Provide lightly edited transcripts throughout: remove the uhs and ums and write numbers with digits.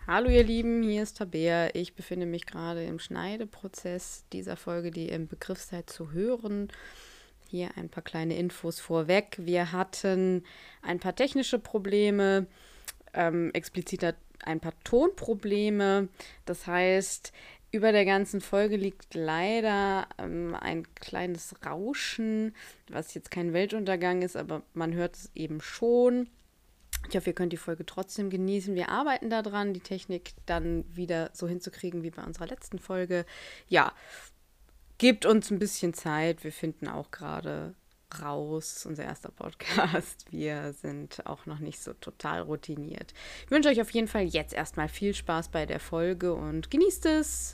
Hallo ihr Lieben, hier ist Tabea. Ich befinde mich gerade im Schneideprozess dieser Folge, die ihr im Begriff seid zu hören. Hier ein paar kleine Infos vorweg. Wir hatten ein paar technische Probleme, expliziter ein paar Tonprobleme. Das heißt, über der ganzen Folge liegt leider ein kleines Rauschen, was jetzt kein Weltuntergang ist, aber man hört es eben schon. Ich hoffe, ihr könnt die Folge trotzdem genießen. Wir arbeiten daran, die Technik dann wieder so hinzukriegen wie bei unserer letzten Folge. Ja, gebt uns ein bisschen Zeit. Wir finden auch gerade raus, unser erster Podcast. Wir sind auch noch nicht so total routiniert. Ich wünsche euch auf jeden Fall jetzt erstmal viel Spaß bei der Folge und genießt es.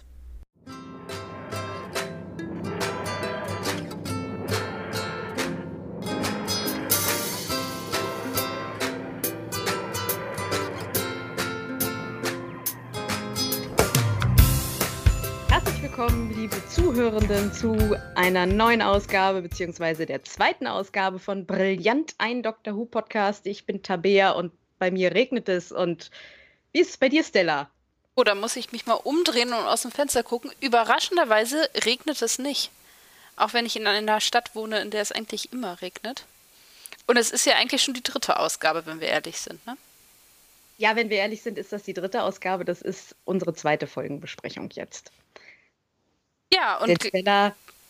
Herzlich willkommen, liebe Zuhörenden, zu einer neuen Ausgabe, beziehungsweise der zweiten Ausgabe von Brillant, ein Doctor Who Podcast. Ich bin Tabea und bei mir regnet es. Und wie ist es bei dir, Stella? Oh, da muss ich mich mal umdrehen und aus dem Fenster gucken. Überraschenderweise regnet es nicht. Auch wenn ich in einer Stadt wohne, in der es eigentlich immer regnet. Und es ist ja eigentlich schon die dritte Ausgabe, wenn wir ehrlich sind, ne? Ja, wenn wir ehrlich sind, ist das die dritte Ausgabe. Das ist unsere zweite Folgenbesprechung jetzt. Ja, Denn und Stella,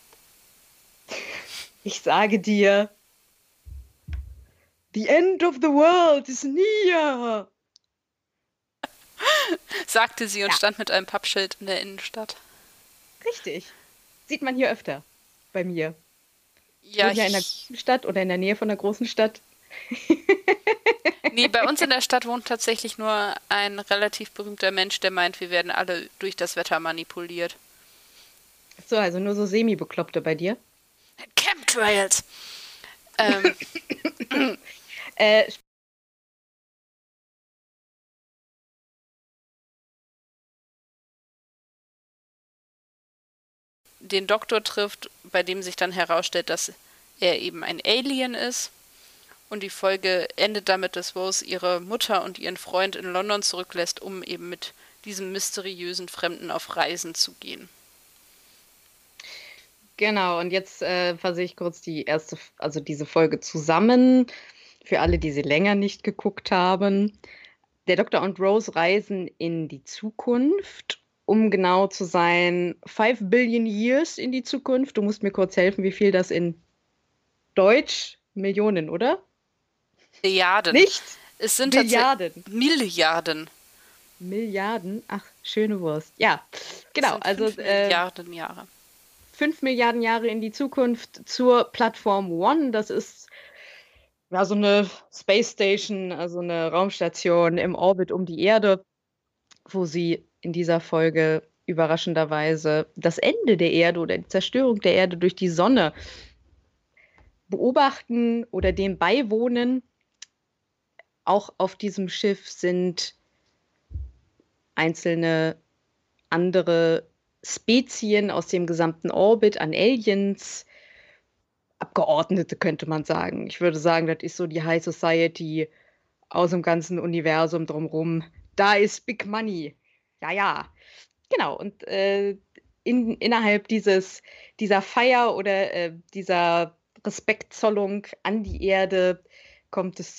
ich sage dir, the end of the world is near. sagte sie und Ja. stand mit einem Pappschild in der Innenstadt. Richtig. Sieht man hier öfter bei mir. Ich Ja, wohne ja in einer großen Stadt oder in der Nähe von einer großen Stadt. nee, bei uns in der Stadt wohnt tatsächlich nur ein relativ berühmter Mensch, der meint, wir werden alle durch das Wetter manipuliert. So, also nur so semi-Bekloppte bei dir. Chemtrails! Ähm, Äh, den Doktor trifft, bei dem sich dann herausstellt, dass er eben ein Alien ist. Und die Folge endet damit, dass Rose ihre Mutter und ihren Freund in London zurücklässt, um eben mit diesem mysteriösen Fremden auf Reisen zu gehen. Genau, und jetzt fasse ich kurz also diese Folge zusammen, für alle, die sie länger nicht geguckt haben. Der Doktor und Rose reisen in die Zukunft, um genau zu sein, 5 Billion Years in die Zukunft. Du musst mir kurz helfen, wie viel das in Deutsch, Millionen, oder? Milliarden. Nicht Es sind tatsächlich Billiarden. Milliarden. Milliarden? Ach, schöne Wurst. Ja, Es genau, sind also 5 Milliarden Jahre. 5 Milliarden Jahre in die Zukunft zur Plattform One. Das ist ja so eine Space Station, also eine Raumstation im Orbit um die Erde, wo sie in dieser Folge überraschenderweise das Ende der Erde oder die Zerstörung der Erde durch die Sonne beobachten oder dem beiwohnen. Auch auf diesem Schiff sind einzelne andere Spezien aus dem gesamten Orbit an Aliens, Abgeordnete könnte man sagen. Ich würde sagen, das ist so die High Society aus dem ganzen Universum drumherum. Da ist Big Money. Ja, ja. Genau. Und innerhalb dieser Feier oder dieser Respektzollung an die Erde kommt es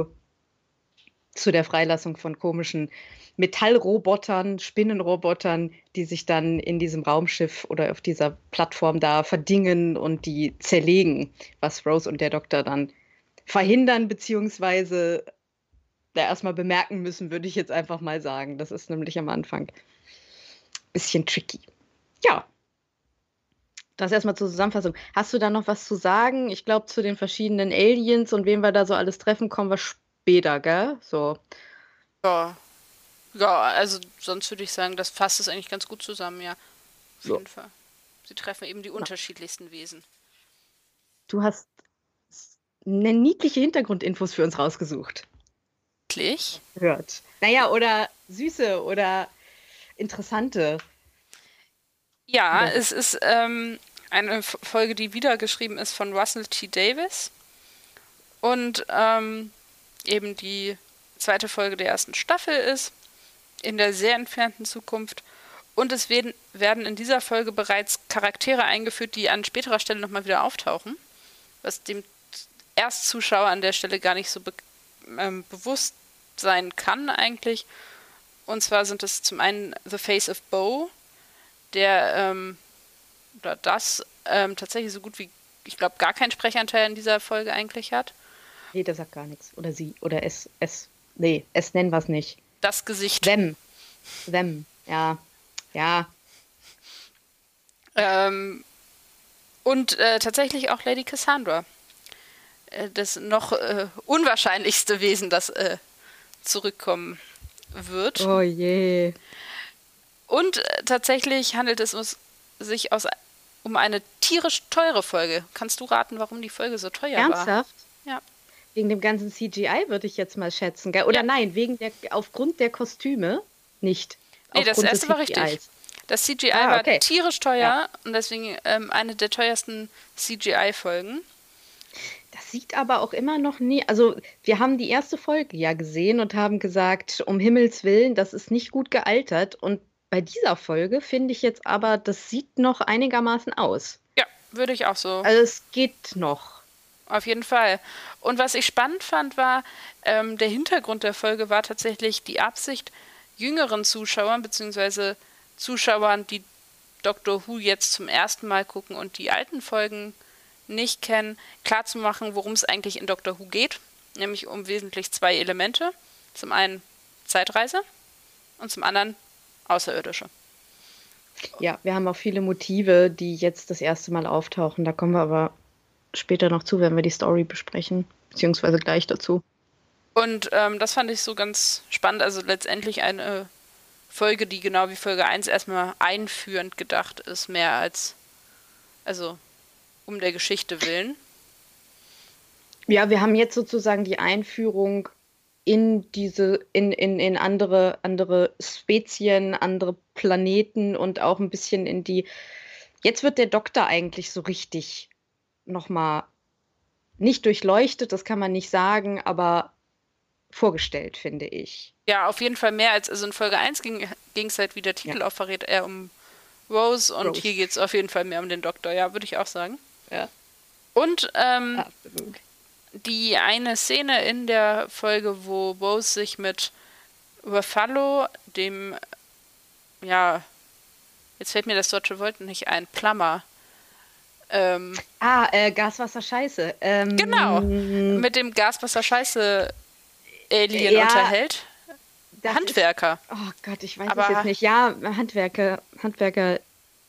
zu der Freilassung von komischen Metallrobotern, Spinnenrobotern, die sich dann in diesem Raumschiff oder auf dieser Plattform da verdingen und die zerlegen, was Rose und der Doktor dann verhindern, beziehungsweise da erstmal bemerken müssen, würde ich jetzt einfach mal sagen. Das ist nämlich am Anfang ein bisschen tricky. Ja, das erstmal zur Zusammenfassung. Hast du da noch was zu sagen? Ich glaube, zu den verschiedenen Aliens und wen wir da so alles treffen, kommen wir später, gell? So. Ja. Ja, also sonst würde ich sagen, das fasst es eigentlich ganz gut zusammen, ja. Auf So. jeden Fall. Sie treffen eben die unterschiedlichsten Wesen. Du hast niedliche Hintergrundinfos für uns rausgesucht. Wirklich? Hört. Naja, oder süße oder interessante Ja, oder so. es ist eine Folge, die wiedergeschrieben ist von Russell T. Davies und eben die zweite Folge der ersten Staffel ist. in der sehr entfernten Zukunft. Und es werden in dieser Folge bereits Charaktere eingeführt, die an späterer Stelle nochmal wieder auftauchen, was dem Erstzuschauer an der Stelle gar nicht so bewusst sein kann eigentlich. Und zwar sind es zum einen The Face of Bo, der tatsächlich so gut wie, ich glaube, gar keinen Sprechanteil in dieser Folge eigentlich hat. Nee, der sagt gar nichts. Oder sie. Oder nee, es nennen wir es nicht. Das Gesicht. Them, ja. Ja. Und tatsächlich auch Lady Cassandra. Das noch unwahrscheinlichste Wesen, das zurückkommen wird. Oh je. Und tatsächlich handelt es sich um eine tierisch teure Folge. Kannst du raten, warum die Folge so teuer war? Ernsthaft? Ja. Wegen dem ganzen CGI würde ich jetzt mal schätzen. Gell? Oder nein, aufgrund der Kostüme nicht. Nee, das erste war richtig. Das CGI war tierisch teuer und deswegen eine der teuersten CGI-Folgen. Das sieht aber auch immer noch nie. Also, wir haben die erste Folge ja gesehen und haben gesagt, um Himmels Willen, das ist nicht gut gealtert. Und bei dieser Folge finde ich jetzt aber, das sieht noch einigermaßen aus. Ja, würde ich auch so. Also, es geht noch. Auf jeden Fall. Und was ich spannend fand, war, der Hintergrund der Folge war tatsächlich die Absicht, jüngeren Zuschauern, beziehungsweise Zuschauern, die Doctor Who jetzt zum ersten Mal gucken und die alten Folgen nicht kennen, klarzumachen, worum es eigentlich in Doctor Who geht. Nämlich um wesentlich 2 Elemente. Zum einen Zeitreise und zum anderen Außerirdische. Ja, wir haben auch viele Motive, die jetzt das erste Mal auftauchen. Da kommen wir aber später noch zu, wenn wir die Story besprechen. Beziehungsweise gleich dazu. Und das fand ich so ganz spannend. Also letztendlich eine Folge, die genau wie Folge 1 erstmal einführend gedacht ist, mehr als um der Geschichte willen. Ja, wir haben jetzt sozusagen die Einführung in andere Spezien, andere Planeten und auch ein bisschen in die. Jetzt wird der Doktor eigentlich so richtig nochmal nicht durchleuchtet, das kann man nicht sagen, aber vorgestellt, finde ich. Ja, auf jeden Fall mehr als, also in Folge 1 ging es halt, wie der Titel auch verrät, eher um Rose und hier geht es auf jeden Fall mehr um den Doktor, ja, würde ich auch sagen. Ja. Und die eine Szene in der Folge, wo Rose sich mit Ruffalo, dem, ja, jetzt fällt mir das deutsche Wort nicht ein, Plummer. Gaswasser Scheiße. Genau, mit dem Gaswasser Scheiße Alien unterhält. Handwerker. Oh Gott, ich weiß es jetzt nicht. Ja, HandwerkerInnen.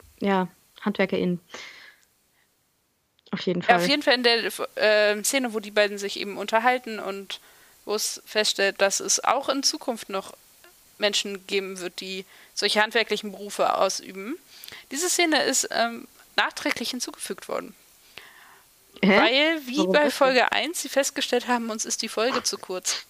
Auf jeden Fall. Auf jeden Fall in der Szene, wo die beiden sich eben unterhalten und wo es feststellt, dass es auch in Zukunft noch Menschen geben wird, die solche handwerklichen Berufe ausüben. Diese Szene ist nachträglich hinzugefügt worden. Weil, wie warum bei Folge 1, sie festgestellt haben, uns ist die Folge zu kurz.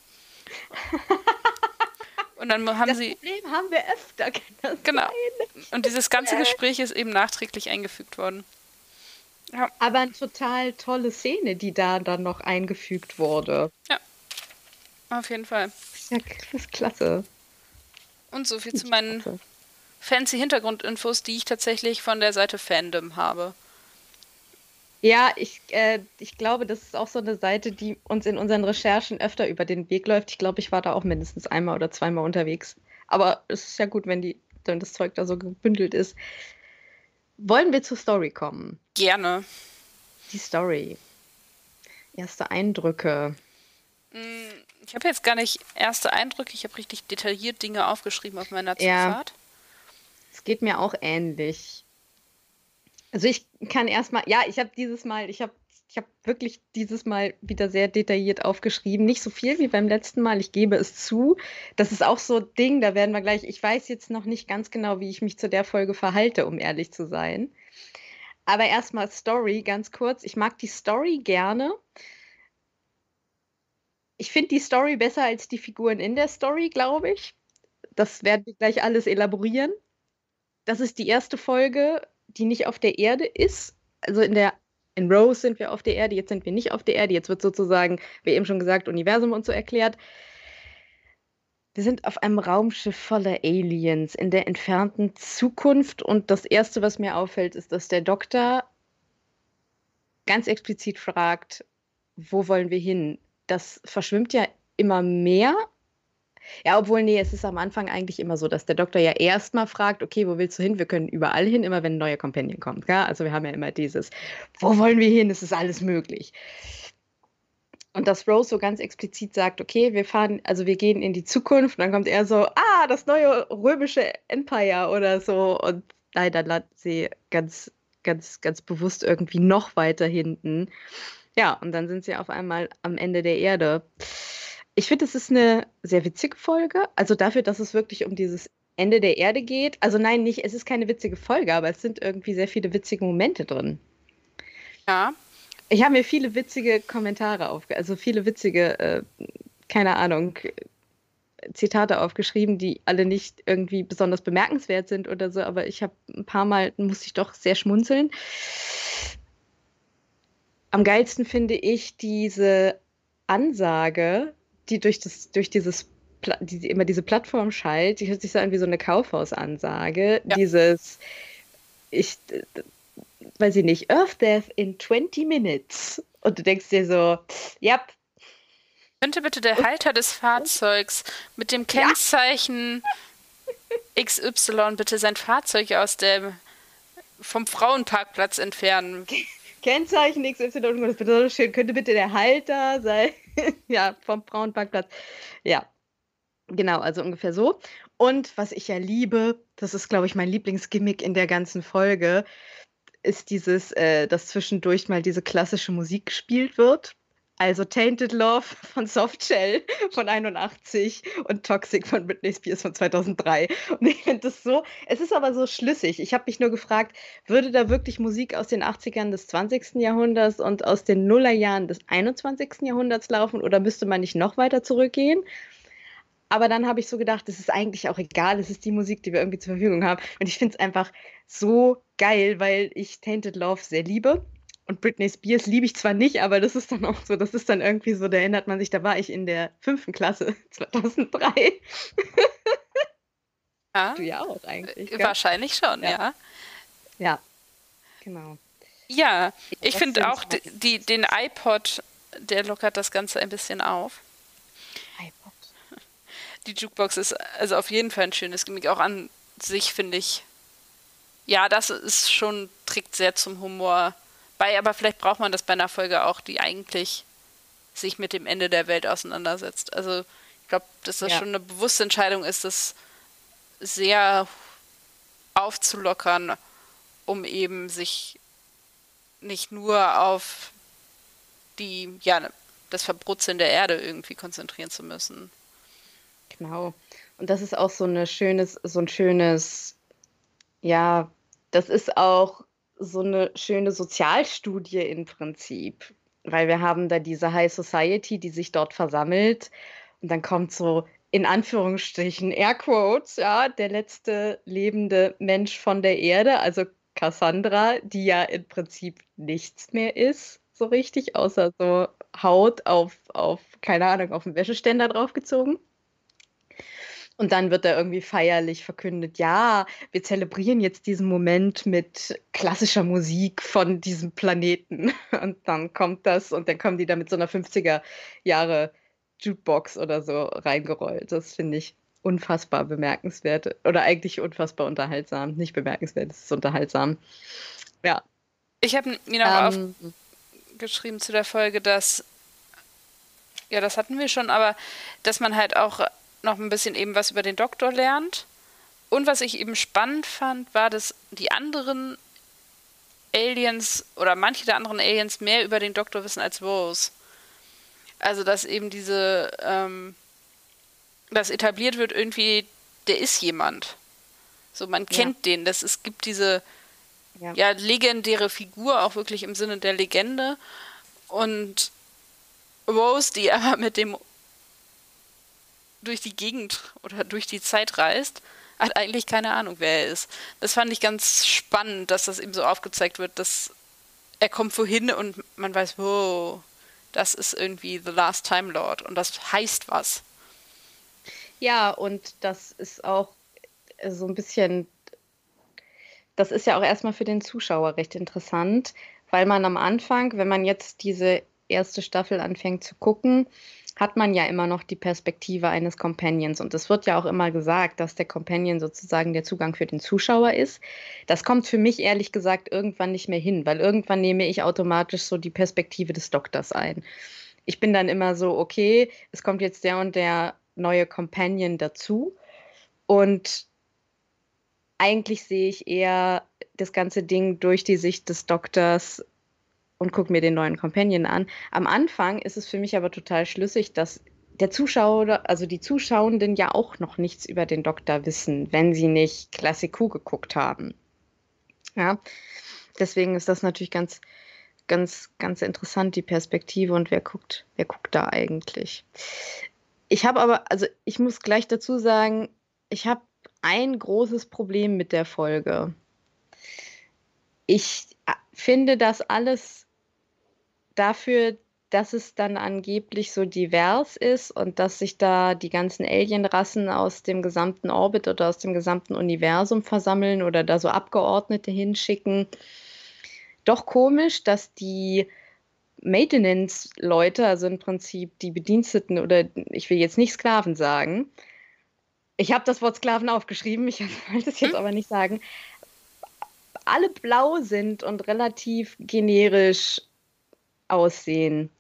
Und dann haben das Problem haben wir öfter. Genau. Und dieses ganze Gespräch ist eben nachträglich eingefügt worden. Ja. Aber eine total tolle Szene, die da dann noch eingefügt wurde. Ja, auf jeden Fall. Ja, das ist klasse. Und so viel zu meinen fancy Hintergrundinfos, die ich tatsächlich von der Seite Fandom habe. Ja, ich glaube, das ist auch so eine Seite, die uns in unseren Recherchen öfter über den Weg läuft. Ich glaube, ich war da auch mindestens einmal oder zweimal unterwegs. Aber es ist ja gut, wenn das Zeug da so gebündelt ist. Wollen wir zur Story kommen? Gerne. Die Story. Erste Eindrücke. Ich habe jetzt gar nicht erste Eindrücke, ich habe richtig detailliert Dinge aufgeschrieben auf meiner Zugfahrt. Es geht mir auch ähnlich. Also ich kann erstmal, ja, ich habe wirklich dieses Mal wieder sehr detailliert aufgeschrieben. Nicht so viel wie beim letzten Mal, ich gebe es zu. Das ist auch so ein Ding, da werden wir gleich, ich weiß jetzt noch nicht ganz genau, wie ich mich zu der Folge verhalte, um ehrlich zu sein. Aber erstmal Story, ganz kurz. Ich mag die Story gerne. Ich finde die Story besser als die Figuren in der Story, glaube ich. Das werden wir gleich alles elaborieren. Das ist die erste Folge, die nicht auf der Erde ist. Also in Rose sind wir auf der Erde, jetzt sind wir nicht auf der Erde. Jetzt wird sozusagen, wie eben schon gesagt, Universum und so erklärt. Wir sind auf einem Raumschiff voller Aliens in der entfernten Zukunft und das Erste, was mir auffällt, ist, dass der Doktor ganz explizit fragt, wo wollen wir hin? Das verschwimmt ja immer mehr. Ja, obwohl, nee, es ist am Anfang eigentlich immer so, dass der Doktor ja erstmal fragt, okay, wo willst du hin? Wir können überall hin, immer wenn ein neuer Companion kommt. Gell? Also wir haben ja immer dieses, wo wollen wir hin? Es ist alles möglich. Und dass Rose so ganz explizit sagt, okay, wir fahren, also wir gehen in die Zukunft, und dann kommt er so, das neue römische Empire oder so. Und nein, dann landet sie ganz, ganz, ganz bewusst irgendwie noch weiter hinten. Ja, und dann sind sie auf einmal am Ende der Erde. Ich finde, es ist eine sehr witzige Folge. Also dafür, dass es wirklich um dieses Ende der Erde geht. Also nein, nicht, es ist keine witzige Folge, aber es sind irgendwie sehr viele witzige Momente drin. Ja. Ich habe mir viele witzige Kommentare also viele witzige, keine Ahnung, Zitate aufgeschrieben, die alle nicht irgendwie besonders bemerkenswert sind oder so, aber ich habe ein paar Mal, musste ich doch sehr schmunzeln. Am geilsten finde ich diese Ansage, die die immer diese Plattform schallt, die hört sich so an wie so eine Kaufhausansage. Ja. Ich, weiß ich nicht, Earth Death in 20 Minutes. Und du denkst dir so, ja. Könnte bitte der Halter des Fahrzeugs mit dem Kennzeichen XY bitte sein Fahrzeug vom Frauenparkplatz entfernen? Kennzeichen XY, das bedeutet schön, könnte bitte der Halter sein, ja, vom Frauenparkplatz. Ja, genau, also ungefähr so. Und was ich ja liebe, das ist, glaube ich, mein Lieblingsgimmick in der ganzen Folge, ist dass zwischendurch mal diese klassische Musik gespielt wird. Also Tainted Love von Softshell von 81 und Toxic von Britney Spears von 2003. Und ich finde das so, es ist aber so schlüssig. Ich habe mich nur gefragt, würde da wirklich Musik aus den 80ern des 20. Jahrhunderts und aus den Nullerjahren des 21. Jahrhunderts laufen oder müsste man nicht noch weiter zurückgehen? Aber dann habe ich so gedacht, es ist eigentlich auch egal, es ist die Musik, die wir irgendwie zur Verfügung haben. Und ich finde es einfach so geil, weil ich Tainted Love sehr liebe. Und Britney Spears liebe ich zwar nicht, aber das ist dann auch so, das ist dann irgendwie so, da erinnert man sich, da war ich in der 5. Klasse 2003. Ja. Du ja auch eigentlich, gell? Wahrscheinlich schon, ja. Ja, genau. Ja, ich finde auch den iPod, der lockert das Ganze ein bisschen auf. iPod. Die Jukebox ist also auf jeden Fall ein schönes Gimmick. Auch an sich finde ich, ja, das ist schon, trägt sehr zum Humor bei, aber vielleicht braucht man das bei einer Folge auch, die eigentlich sich mit dem Ende der Welt auseinandersetzt. Also ich glaube, dass das schon eine bewusste Entscheidung ist, das sehr aufzulockern, um eben sich nicht nur auf das Verbrutzeln der Erde irgendwie konzentrieren zu müssen. Genau. Und das ist auch so ein schönes, ja, das ist auch so eine schöne Sozialstudie im Prinzip, weil wir haben da diese High Society, die sich dort versammelt und dann kommt so in Anführungsstrichen Airquotes, ja, der letzte lebende Mensch von der Erde, also Cassandra, die ja im Prinzip nichts mehr ist, so richtig, außer so Haut keine Ahnung, auf den Wäscheständer draufgezogen. Und dann wird da irgendwie feierlich verkündet, ja, wir zelebrieren jetzt diesen Moment mit klassischer Musik von diesem Planeten. Und dann kommt das und dann kommen die da mit so einer 50er Jahre Jukebox oder so reingerollt. Das finde ich unfassbar bemerkenswert oder eigentlich unfassbar unterhaltsam. Nicht bemerkenswert, es ist unterhaltsam. Ja. Ich habe mir noch aufgeschrieben zu der Folge, dass, ja, das hatten wir schon, aber dass man halt auch noch ein bisschen eben was über den Doktor lernt. Und was ich eben spannend fand, war, dass die anderen Aliens oder manche der anderen Aliens mehr über den Doktor wissen als Rose. Also, dass eben das etabliert wird irgendwie, der ist jemand. So, man kennt den. Es gibt diese legendäre Figur, auch wirklich im Sinne der Legende. Und Rose, die aber mit dem durch die Gegend oder durch die Zeit reist, hat eigentlich keine Ahnung, wer er ist. Das fand ich ganz spannend, dass das eben so aufgezeigt wird, dass er kommt wohin und man weiß, wow, das ist irgendwie The Last Time Lord und das heißt was. Ja, und das ist auch so ein bisschen, das ist ja auch erstmal für den Zuschauer recht interessant, weil man am Anfang, wenn man jetzt diese erste Staffel anfängt zu gucken, hat man ja immer noch die Perspektive eines Companions. Und es wird ja auch immer gesagt, dass der Companion sozusagen der Zugang für den Zuschauer ist. Das kommt für mich ehrlich gesagt irgendwann nicht mehr hin, weil irgendwann nehme ich automatisch so die Perspektive des Doktors ein. Ich bin dann immer so, okay, es kommt jetzt der und der neue Companion dazu. Und eigentlich sehe ich eher das ganze Ding durch die Sicht des Doktors und gucke mir den neuen Companion an. Am Anfang ist es für mich aber total schlüssig, dass der Zuschauer, also die Zuschauenden ja auch noch nichts über den Doktor wissen, wenn sie nicht Classic Who geguckt haben. Ja, deswegen ist das natürlich ganz interessant, die Perspektive und wer guckt da eigentlich? Ich habe aber, also ich muss gleich dazu sagen, ich habe ein großes Problem mit der Folge. Ich finde das alles dafür, dass es dann angeblich so divers ist und dass sich da die ganzen Alienrassen aus dem gesamten Orbit oder aus dem gesamten Universum versammeln oder da so Abgeordnete hinschicken. Doch komisch, dass die Maintenance-Leute, also im Prinzip die Bediensteten oder ich will jetzt nicht Sklaven sagen. Ich habe das Wort Sklaven aufgeschrieben, ich wollte es Hm? jetzt aber nicht sagen. Alle blau sind und relativ generisch aussehen.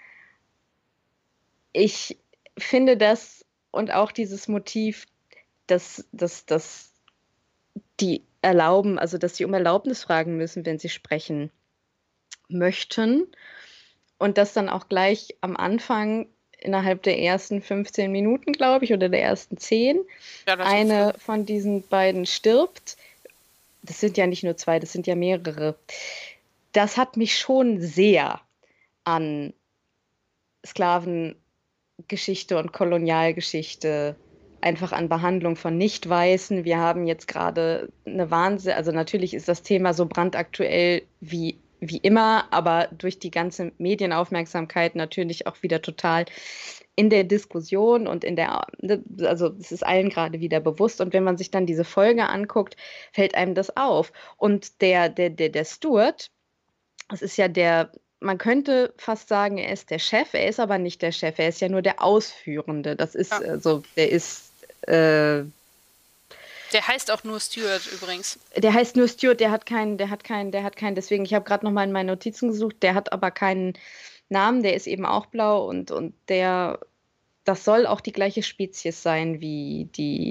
Ich finde das und auch dieses Motiv, dass die erlauben, also dass sie um Erlaubnis fragen müssen, wenn sie sprechen möchten und das dann auch gleich am Anfang innerhalb der ersten 15 Minuten, glaube ich, oder der ersten 10, Relativ eine früh. von diesen beiden stirbt. Das sind ja nicht nur zwei, das sind ja mehrere. Das hat mich schon sehr an Sklavengeschichte und Kolonialgeschichte, einfach an Behandlung von Nicht-Weißen. Wir haben jetzt gerade eine Wahnsinn, also natürlich ist das Thema so brandaktuell wie immer, aber durch die ganze Medienaufmerksamkeit natürlich auch wieder total in der Diskussion und also es ist allen gerade wieder bewusst. Und wenn man sich dann diese Folge anguckt, fällt einem das auf. Und der Stuart, das ist ja man könnte fast sagen, er ist der Chef, er ist aber nicht der Chef, er ist ja nur der Ausführende. Das ist Ja. der ist, äh, Der heißt auch nur Stuart übrigens. der heißt nur Stuart, der hat keinen, deswegen, ich habe gerade noch mal in meinen Notizen gesucht, der hat aber keinen Namen, der ist eben auch blau und das soll auch die gleiche Spezies sein wie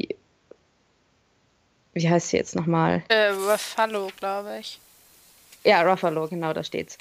wie heißt sie jetzt nochmal? Ruffalo, glaube ich. Ja, Ruffalo, genau, da steht's.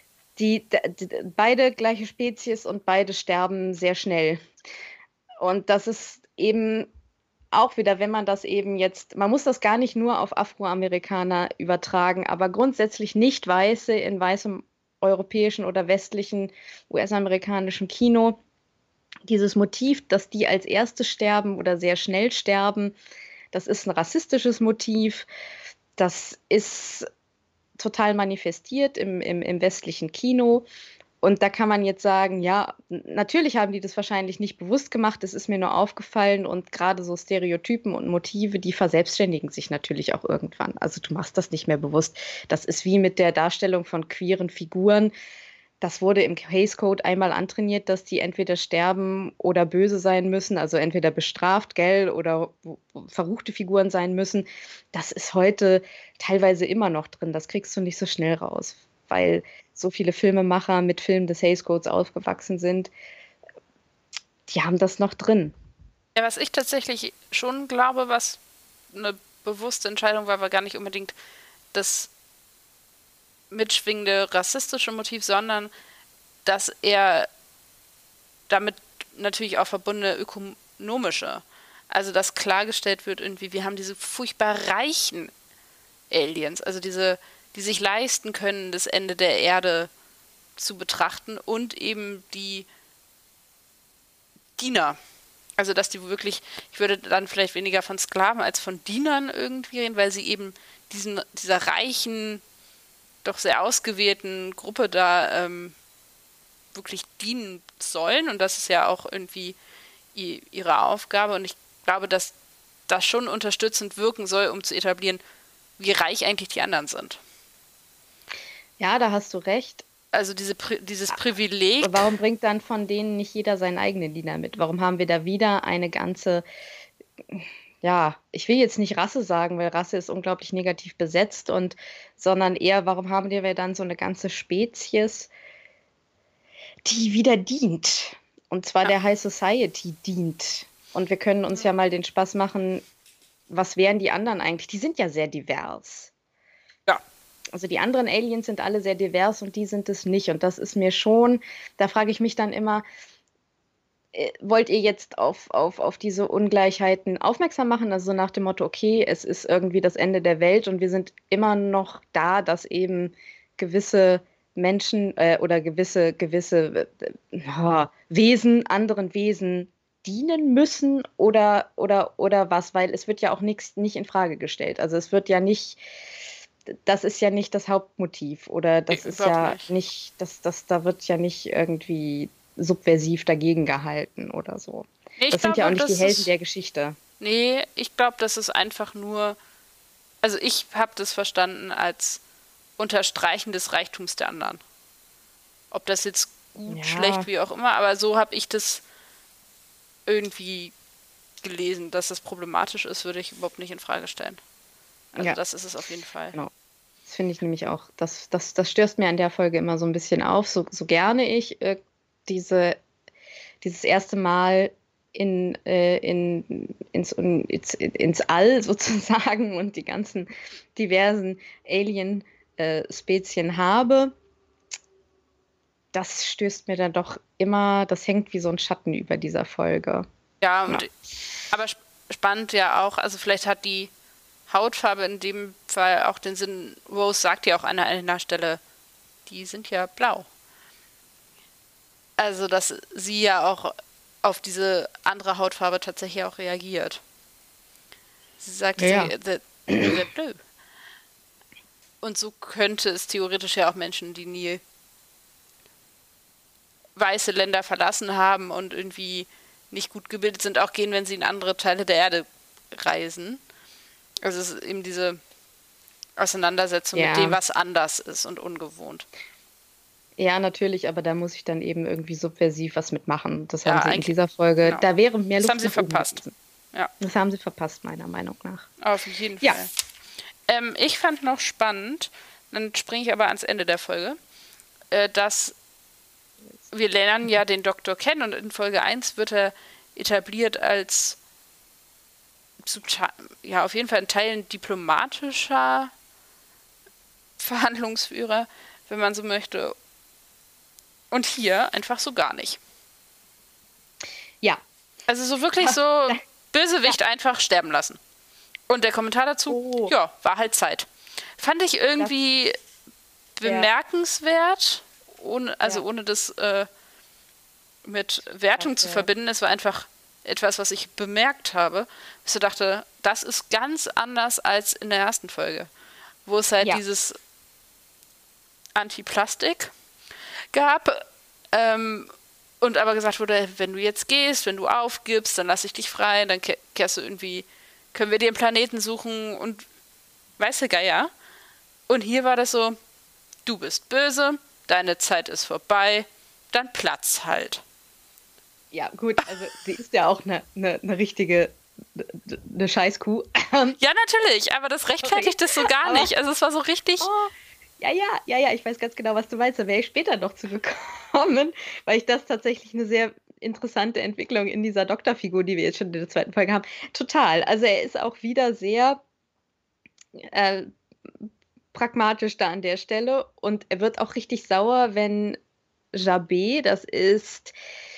Beide gleiche Spezies und beide sterben sehr schnell. Und das ist eben auch wieder, wenn man das eben jetzt, man muss das gar nicht nur auf Afroamerikaner übertragen, aber grundsätzlich nicht Weiße in weißem europäischen oder westlichen US-amerikanischen Kino, dieses Motiv, dass die als Erste sterben oder sehr schnell sterben, das ist ein rassistisches Motiv. Das ist total manifestiert im westlichen Kino. Und da kann man jetzt sagen, ja, natürlich haben die das wahrscheinlich nicht bewusst gemacht, es ist mir nur aufgefallen und gerade so Stereotypen und Motive, die verselbstständigen sich natürlich auch irgendwann. Also du machst das nicht mehr bewusst. Das ist wie mit der Darstellung von queeren Figuren. Das wurde im Hays Code einmal antrainiert, dass die entweder sterben oder böse sein müssen, also entweder bestraft, gell, oder verruchte Figuren sein müssen. Das ist heute teilweise immer noch drin. Das kriegst du nicht so schnell raus, weil so viele Filmemacher mit Filmen des Hays Codes aufgewachsen sind. Die haben das noch drin. Ja, was ich tatsächlich schon glaube, was eine bewusste Entscheidung war, war gar nicht unbedingt das mitschwingende rassistische Motiv, sondern dass er damit natürlich auch verbundene ökonomische. Also dass klargestellt wird, irgendwie, wir haben diese furchtbar reichen Aliens, also die sich leisten können, das Ende der Erde zu betrachten und eben die Diener. Also dass die wirklich, ich würde dann vielleicht weniger von Sklaven als von Dienern irgendwie reden, weil sie eben dieser reichen, doch sehr ausgewählten Gruppe da wirklich dienen sollen und das ist ja auch irgendwie ihre Aufgabe und ich glaube, dass das schon unterstützend wirken soll, um zu etablieren, wie reich eigentlich die anderen sind. Ja, da hast du recht. Also dieses Privileg. Aber warum bringt dann von denen nicht jeder seinen eigenen Diener mit? Warum haben wir da wieder eine ganze, ja, ich will jetzt nicht Rasse sagen, weil Rasse ist unglaublich negativ besetzt sondern eher, warum haben wir dann so eine ganze Spezies, die wieder dient? Und zwar der High Society dient. Und wir können uns ja mal den Spaß machen, was wären die anderen eigentlich? Die sind ja sehr divers. Ja. Also die anderen Aliens sind alle sehr divers und die sind es nicht. Und das ist mir schon, da frage ich mich dann immer, wollt ihr jetzt auf diese Ungleichheiten aufmerksam machen? Also so nach dem Motto, okay, es ist irgendwie das Ende der Welt und wir sind immer noch da, dass eben gewisse Menschen oder gewisse Wesen, anderen Wesen dienen müssen oder was, weil es wird ja auch nicht in Frage gestellt. Also es wird ja nicht, das ist ja nicht das Hauptmotiv oder das ist ja nicht, da wird ja nicht irgendwie subversiv dagegen gehalten oder so. Das sind ja auch nicht die Helden der Geschichte. Nee, ich glaube, das ist einfach nur, also ich habe das verstanden als Unterstreichen des Reichtums der anderen. Ob das jetzt gut, schlecht, wie auch immer, aber so habe ich das irgendwie gelesen. Dass das problematisch ist, würde ich überhaupt nicht in Frage stellen. Also das ist es auf jeden Fall. Genau. Das finde ich nämlich auch, das stößt mir an der Folge immer so ein bisschen auf, so gerne ich dieses erste Mal ins All sozusagen und die ganzen diversen Alien-Spezien habe, das stößt mir dann doch immer, das hängt wie so ein Schatten über dieser Folge. Ja, aber spannend ja auch, also vielleicht hat die Hautfarbe in dem Fall auch den Sinn, Rose sagt ja auch an einer Stelle, die sind ja blau. Also, dass sie ja auch auf diese andere Hautfarbe tatsächlich auch reagiert. Sie sagt, they're blue. Und so könnte es theoretisch ja auch Menschen, die nie weiße Länder verlassen haben und irgendwie nicht gut gebildet sind, auch gehen, wenn sie in andere Teile der Erde reisen. Also es ist eben diese Auseinandersetzung mit dem, was anders ist und ungewohnt. Ja, natürlich, aber da muss ich dann eben irgendwie subversiv was mitmachen. Das haben sie in dieser Folge. Genau. Da wäre mehr Luft. Das haben sie verpasst. Ja. Das haben sie verpasst, meiner Meinung nach. Auf jeden Fall. Ich fand noch spannend, dann springe ich aber ans Ende der Folge, dass wir lernen ja den Doktor kennen und in Folge 1 wird er etabliert als auf jeden Fall in Teilen diplomatischer Verhandlungsführer, wenn man so möchte. Und hier einfach so gar nicht. Ja. Also so wirklich so Bösewicht einfach sterben lassen. Und der Kommentar dazu, war halt Zeit. Fand ich irgendwie bemerkenswert, ohne das mit Wertung zu verbinden. Es war einfach etwas, was ich bemerkt habe. Ich so dachte, das ist ganz anders als in der ersten Folge, wo es halt dieses Anti-Plastik gab und aber gesagt wurde, wenn du jetzt gehst, wenn du aufgibst, dann lass ich dich frei, dann kehrst du irgendwie, können wir dir einen Planeten suchen und weiße Geier. Und hier war das so, du bist böse, deine Zeit ist vorbei, dann Platz halt. Ja, gut, also sie ist ja auch eine richtige, eine Scheißkuh. Ja, natürlich, aber das rechtfertigt das so gar nicht. Also es war so richtig... Ja, ich weiß ganz genau, was du meinst. Da wäre ich später noch zugekommen, weil ich das tatsächlich eine sehr interessante Entwicklung in dieser Doktorfigur, die wir jetzt schon in der zweiten Folge haben. Total. Also er ist auch wieder sehr pragmatisch da an der Stelle und er wird auch richtig sauer, wenn Jabé, das ist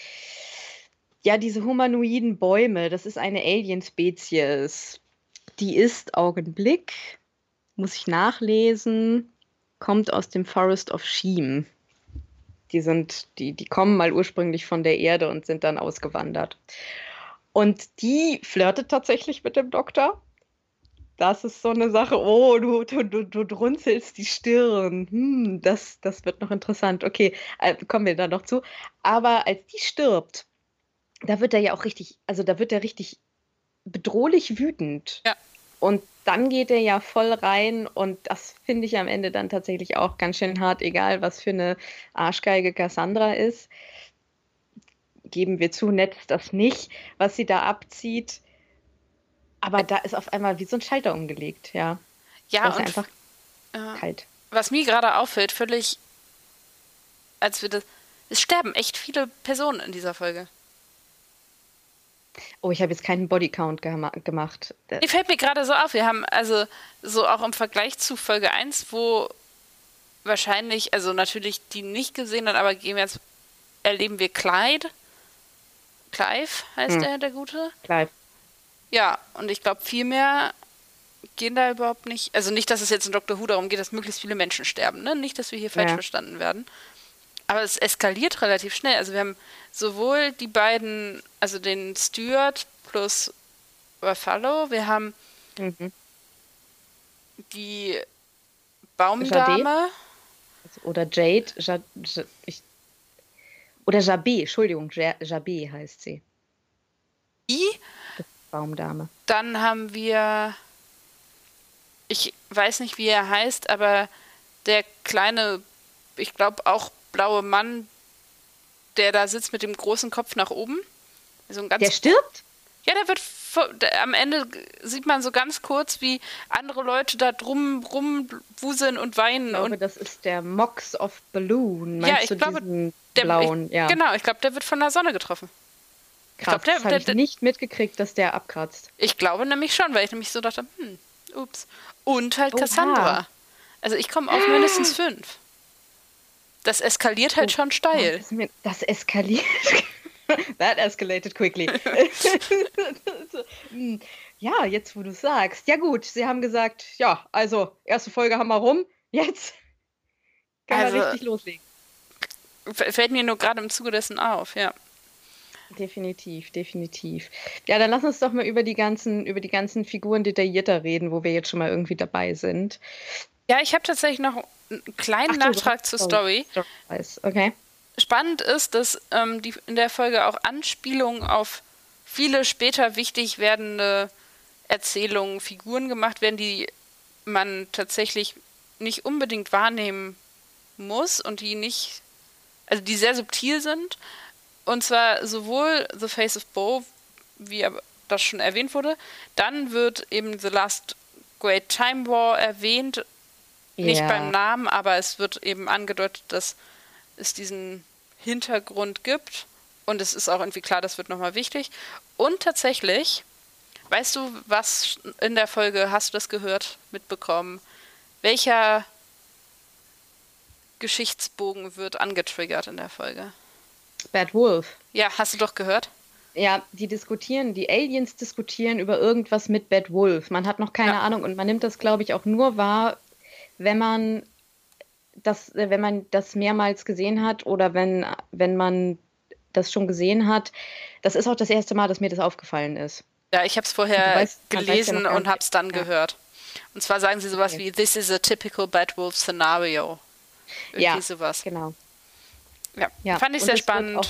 diese humanoiden Bäume, das ist eine Alien-Spezies. Die ist Augenblick, muss ich nachlesen, kommt aus dem Forest of Sheem. Die kommen mal ursprünglich von der Erde und sind dann ausgewandert. Und die flirtet tatsächlich mit dem Doktor. Das ist so eine Sache, du runzelst die Stirn. Das wird noch interessant. Okay, kommen wir da noch zu. Aber als die stirbt, da wird er ja auch richtig, also da wird er richtig bedrohlich wütend. Ja. Und dann geht er ja voll rein und das finde ich am Ende dann tatsächlich auch ganz schön hart, egal was für eine Arschgeige Cassandra ist. Geben wir zu, nett ist das nicht, was sie da abzieht. Aber da ist auf einmal wie so ein Schalter umgelegt, ja. Ja, Das ist und einfach kalt. was mir gerade auffällt, völlig, als wir das. Es sterben echt viele Personen in dieser Folge. Oh, ich habe jetzt keinen Bodycount gemacht. Mir fällt mir gerade so auf, wir haben also so auch im Vergleich zu Folge 1, wo wahrscheinlich, also natürlich die nicht gesehen haben, aber erleben wir Clyde. Clive heißt der Gute. Clive. Ja, und ich glaube, viel mehr gehen da überhaupt nicht. Also nicht, dass es jetzt in Doctor Who darum geht, dass möglichst viele Menschen sterben, ne? Nicht, dass wir hier falsch verstanden werden. Aber es eskaliert relativ schnell. Also wir haben sowohl die beiden, also den Steward plus Ruffalo, wir haben die Baumdame. Oder Jade. Oder Jabé, Entschuldigung, Jabé heißt sie. Baumdame. Dann haben wir, ich weiß nicht, wie er heißt, aber der kleine, ich glaube auch blaue Mann, der da sitzt mit dem großen Kopf nach oben. Also der stirbt? Ja, am Ende sieht man so ganz kurz, wie andere Leute da drum rumwuseln und weinen. Ich glaube, das ist der Mox of Balloon. Meinst du diesen blauen? Ja. Genau, ich glaube, der wird von der Sonne getroffen. Krass, das habe ich nicht mitgekriegt, dass der abkratzt. Ich glaube nämlich schon, weil ich nämlich so dachte, ups. Und halt Cassandra. Also ich komme auf mindestens 5. Das eskaliert halt schon steil. Das eskaliert. That escalated quickly. Ja, jetzt wo du sagst. Ja gut, sie haben gesagt, ja, also erste Folge haben wir rum, jetzt können wir richtig loslegen. Fällt mir nur gerade im Zuge dessen auf, ja. Definitiv. Ja, dann lass uns doch mal über die ganzen Figuren detaillierter reden, wo wir jetzt schon mal irgendwie dabei sind. Ja, ich habe tatsächlich noch einen kleinen Nachtrag zur Story. Okay. Spannend ist, dass in der Folge auch Anspielungen auf viele später wichtig werdende Erzählungen, Figuren gemacht werden, die man tatsächlich nicht unbedingt wahrnehmen muss und die sehr subtil sind. Und zwar sowohl The Face of Bo, wie das schon erwähnt wurde, dann wird eben The Last Great Time War erwähnt, nicht beim Namen, aber es wird eben angedeutet, dass es diesen Hintergrund gibt und es ist auch irgendwie klar, das wird nochmal wichtig. Und tatsächlich, weißt du, was in der Folge, hast du das gehört, mitbekommen, welcher Geschichtsbogen wird angetriggert in der Folge? Bad Wolf. Ja, hast du doch gehört? Ja, die Aliens diskutieren über irgendwas mit Bad Wolf. Man hat noch keine Ahnung und man nimmt das, glaube ich, auch nur wahr, wenn man das mehrmals gesehen hat oder wenn man das schon gesehen hat. Das ist auch das erste Mal, dass mir das aufgefallen ist. Ja, ich habe es vorher gelesen und habe es dann gehört. Und zwar sagen sie sowas wie, this is a typical Bad Wolf scenario. Irgendwie sowas. Genau. Ja, fand ich sehr spannend.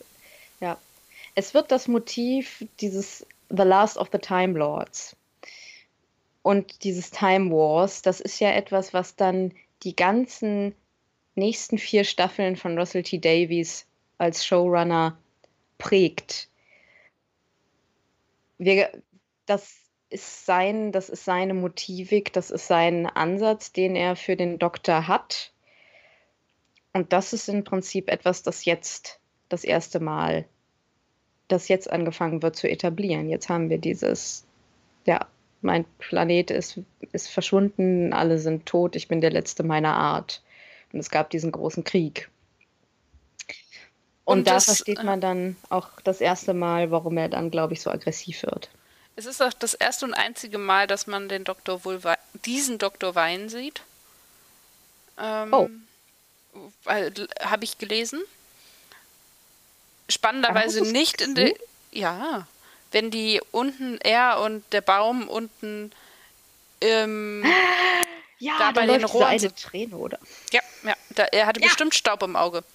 Es wird das Motiv dieses The Last of the Time Lords und dieses Time Wars, das ist ja etwas, was dann die ganzen nächsten 4 Staffeln von Russell T. Davies als Showrunner prägt. Das ist seine Motivik, das ist sein Ansatz, den er für den Doktor hat. Und das ist im Prinzip etwas, das jetzt das erste Mal, das jetzt angefangen wird zu etablieren. Jetzt haben wir mein Planet ist verschwunden, alle sind tot, ich bin der Letzte meiner Art. Und es gab diesen großen Krieg. Und da versteht man dann auch das erste Mal, warum er dann, glaube ich, so aggressiv wird. Es ist auch das erste und einzige Mal, dass man diesen Dr. Vine sieht. Habe ich gelesen. Spannenderweise nicht in der... Ja, wenn die unten, er und der Baum unten da bei den Rohren... eine Träne, oder? Ja, er hatte bestimmt Staub im Auge.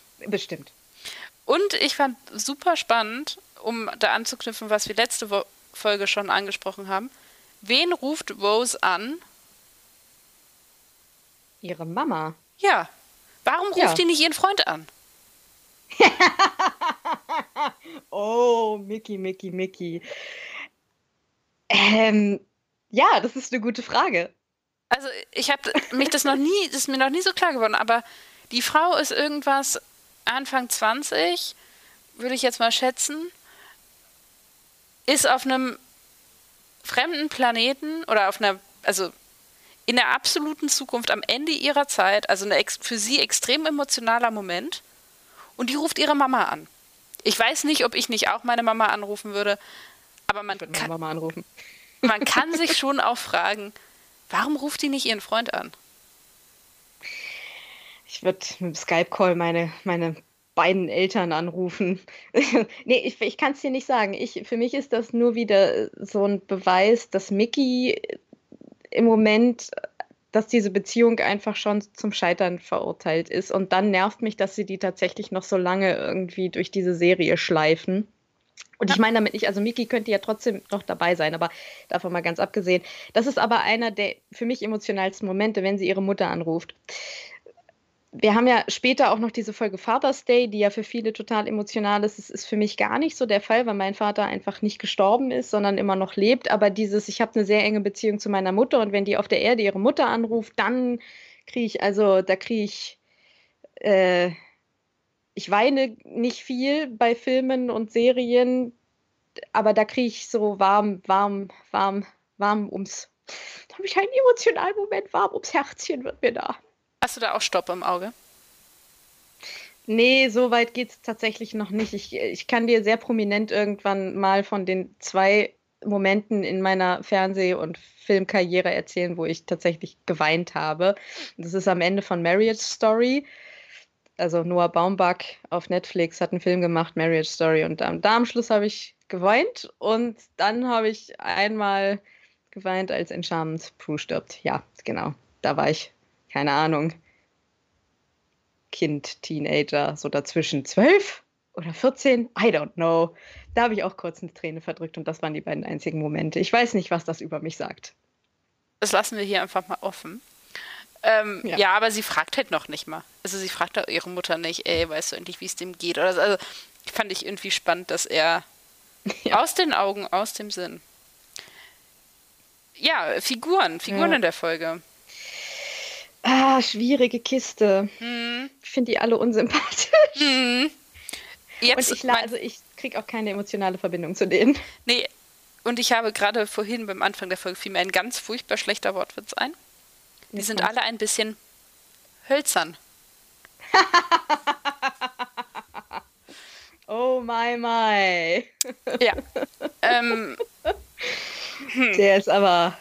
Bestimmt. Und ich fand super spannend, um da anzuknüpfen, was wir letzte Folge schon angesprochen haben. Wen ruft Rose an? Ihre Mama. Ja. Warum ruft die nicht ihren Freund an? Oh, Mickey. Ja, das ist eine gute Frage. Also ich habe mich das ist mir noch nie so klar geworden, aber die Frau ist irgendwas Anfang 20, würde ich jetzt mal schätzen, ist auf einem fremden Planeten oder also in der absoluten Zukunft am Ende ihrer Zeit, also für sie extrem emotionaler Moment, und die ruft ihre Mama an. Ich weiß nicht, ob ich nicht auch meine Mama anrufen würde, aber man kann sich schon auch fragen, warum ruft die nicht ihren Freund an? Ich würde mit dem Skype-Call meine beiden Eltern anrufen. Nee, ich kann es dir nicht sagen. Für mich ist das nur wieder so ein Beweis, dass Mickey im Moment, dass diese Beziehung einfach schon zum Scheitern verurteilt ist. Und dann nervt mich, dass sie die tatsächlich noch so lange irgendwie durch diese Serie schleifen. Und ich meine damit nicht, also Mickey könnte ja trotzdem noch dabei sein, aber davon mal ganz abgesehen. Das ist aber einer der für mich emotionalsten Momente, wenn sie ihre Mutter anruft. Wir haben ja später auch noch diese Folge Father's Day, die ja für viele total emotional ist. Das ist für mich gar nicht so der Fall, weil mein Vater einfach nicht gestorben ist, sondern immer noch lebt. Aber ich habe eine sehr enge Beziehung zu meiner Mutter, und wenn die auf der Erde ihre Mutter anruft, dann ich weine nicht viel bei Filmen und Serien, aber da kriege ich so warm ums, da habe ich einen emotionalen Moment, warm ums Herzchen wird mir da. Hast du da auch Stopp im Auge? Nee, so weit geht es tatsächlich noch nicht. Ich kann dir sehr prominent irgendwann mal von den 2 Momenten in meiner Fernseh- und Filmkarriere erzählen, wo ich tatsächlich geweint habe. Das ist am Ende von Marriage Story. Also Noah Baumbach auf Netflix hat einen Film gemacht, Marriage Story, und da am Schluss habe ich geweint, und dann habe ich einmal geweint, als Enchantment Prue stirbt. Ja, genau. Da war ich, keine Ahnung, Kind, Teenager, so dazwischen 12 oder 14, I don't know. Da habe ich auch kurz eine Träne verdrückt, und das waren die beiden einzigen Momente. Ich weiß nicht, was das über mich sagt. Das lassen wir hier einfach mal offen. Ja, aber sie fragt halt noch nicht mal. Also sie fragt auch ihre Mutter nicht, ey, weißt du endlich, wie es dem geht? Oder so. Also fand ich irgendwie spannend, dass er aus den Augen, aus dem Sinn. Ja, Figuren in der Folge. Schwierige Kiste. Ich finde die alle unsympathisch. Jetzt, und ich kriege auch keine emotionale Verbindung zu denen. Nee, und ich habe gerade vorhin beim Anfang der Folge fiel mir ein ganz furchtbar schlechter Wortwitz ein. Die sind alle ein bisschen hölzern. Oh my. Ja. Der ist aber,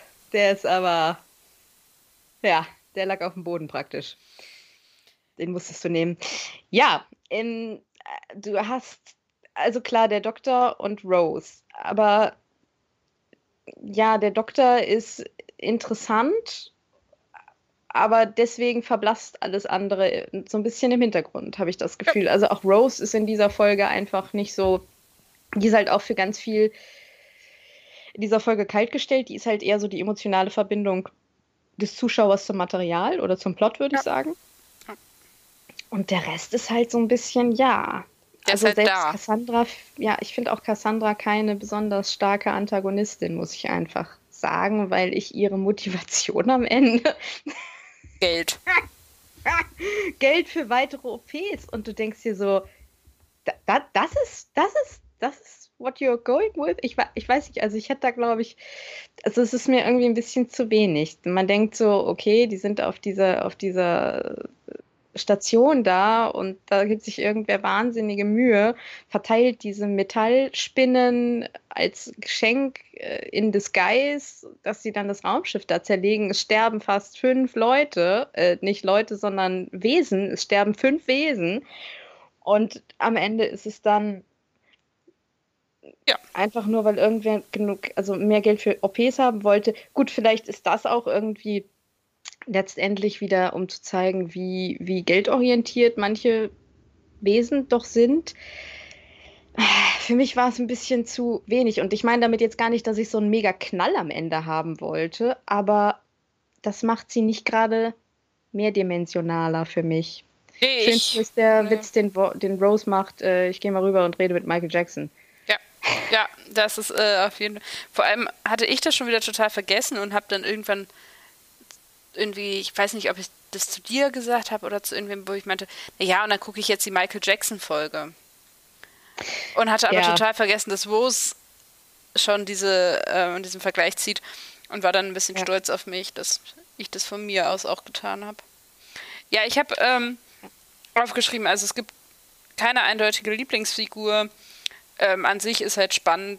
ja, der lag auf dem Boden praktisch. Den musstest du nehmen. Ja, du hast, also klar, der Doktor und Rose, aber ja, der Doktor ist interessant, aber deswegen verblasst alles andere so ein bisschen im Hintergrund, habe ich das Gefühl. Also auch Rose ist in dieser Folge einfach nicht so, die ist halt auch für ganz viel in dieser Folge kaltgestellt, die ist halt eher so die emotionale Verbindung des Zuschauers zum Material oder zum Plot, würde ich sagen. Und der Rest ist halt so ein bisschen, ja. Der also ist halt selbst da. Cassandra, ja, ich finde auch Cassandra keine besonders starke Antagonistin, muss ich einfach sagen, weil ich ihre Motivation am Ende Geld. Geld für weitere OPs, und du denkst dir so, das ist what you're going with? Ich weiß nicht, also ich hätte da, glaube ich, also es ist mir irgendwie ein bisschen zu wenig. Man denkt so, okay, die sind auf dieser Station da, und da gibt sich irgendwer wahnsinnige Mühe, verteilt diese Metallspinnen als Geschenk in disguise, dass sie dann das Raumschiff da zerlegen. Es sterben fast 5 Leute, nicht Leute, sondern Wesen. Es sterben 5 Wesen. Und am Ende ist es dann einfach nur, weil irgendwer also mehr Geld für OPs haben wollte. Gut, vielleicht ist das auch irgendwie letztendlich wieder, um zu zeigen, wie geldorientiert manche Wesen doch sind. Für mich war es ein bisschen zu wenig. Und ich meine damit jetzt gar nicht, dass ich so einen mega Knall am Ende haben wollte, aber das macht sie nicht gerade mehrdimensionaler für mich. Nee, Schönste ist der nee. Witz, den Rose macht. Ich gehe mal rüber und rede mit Michael Jackson. Ja, ja, das ist auf jeden Fall. Vor allem hatte ich das schon wieder total vergessen und habe dann irgendwann irgendwie, ich weiß nicht, ob ich das zu dir gesagt habe oder zu irgendwem, wo ich meinte, na ja, und dann gucke ich jetzt die Michael Jackson-Folge. Und hatte aber Ja, total vergessen, dass Rose schon diesen Vergleich zieht und war dann ein bisschen ja. stolz auf mich, dass ich das von mir aus auch getan habe. Ja, ich habe aufgeschrieben, also es gibt keine eindeutige Lieblingsfigur. An sich ist halt spannend,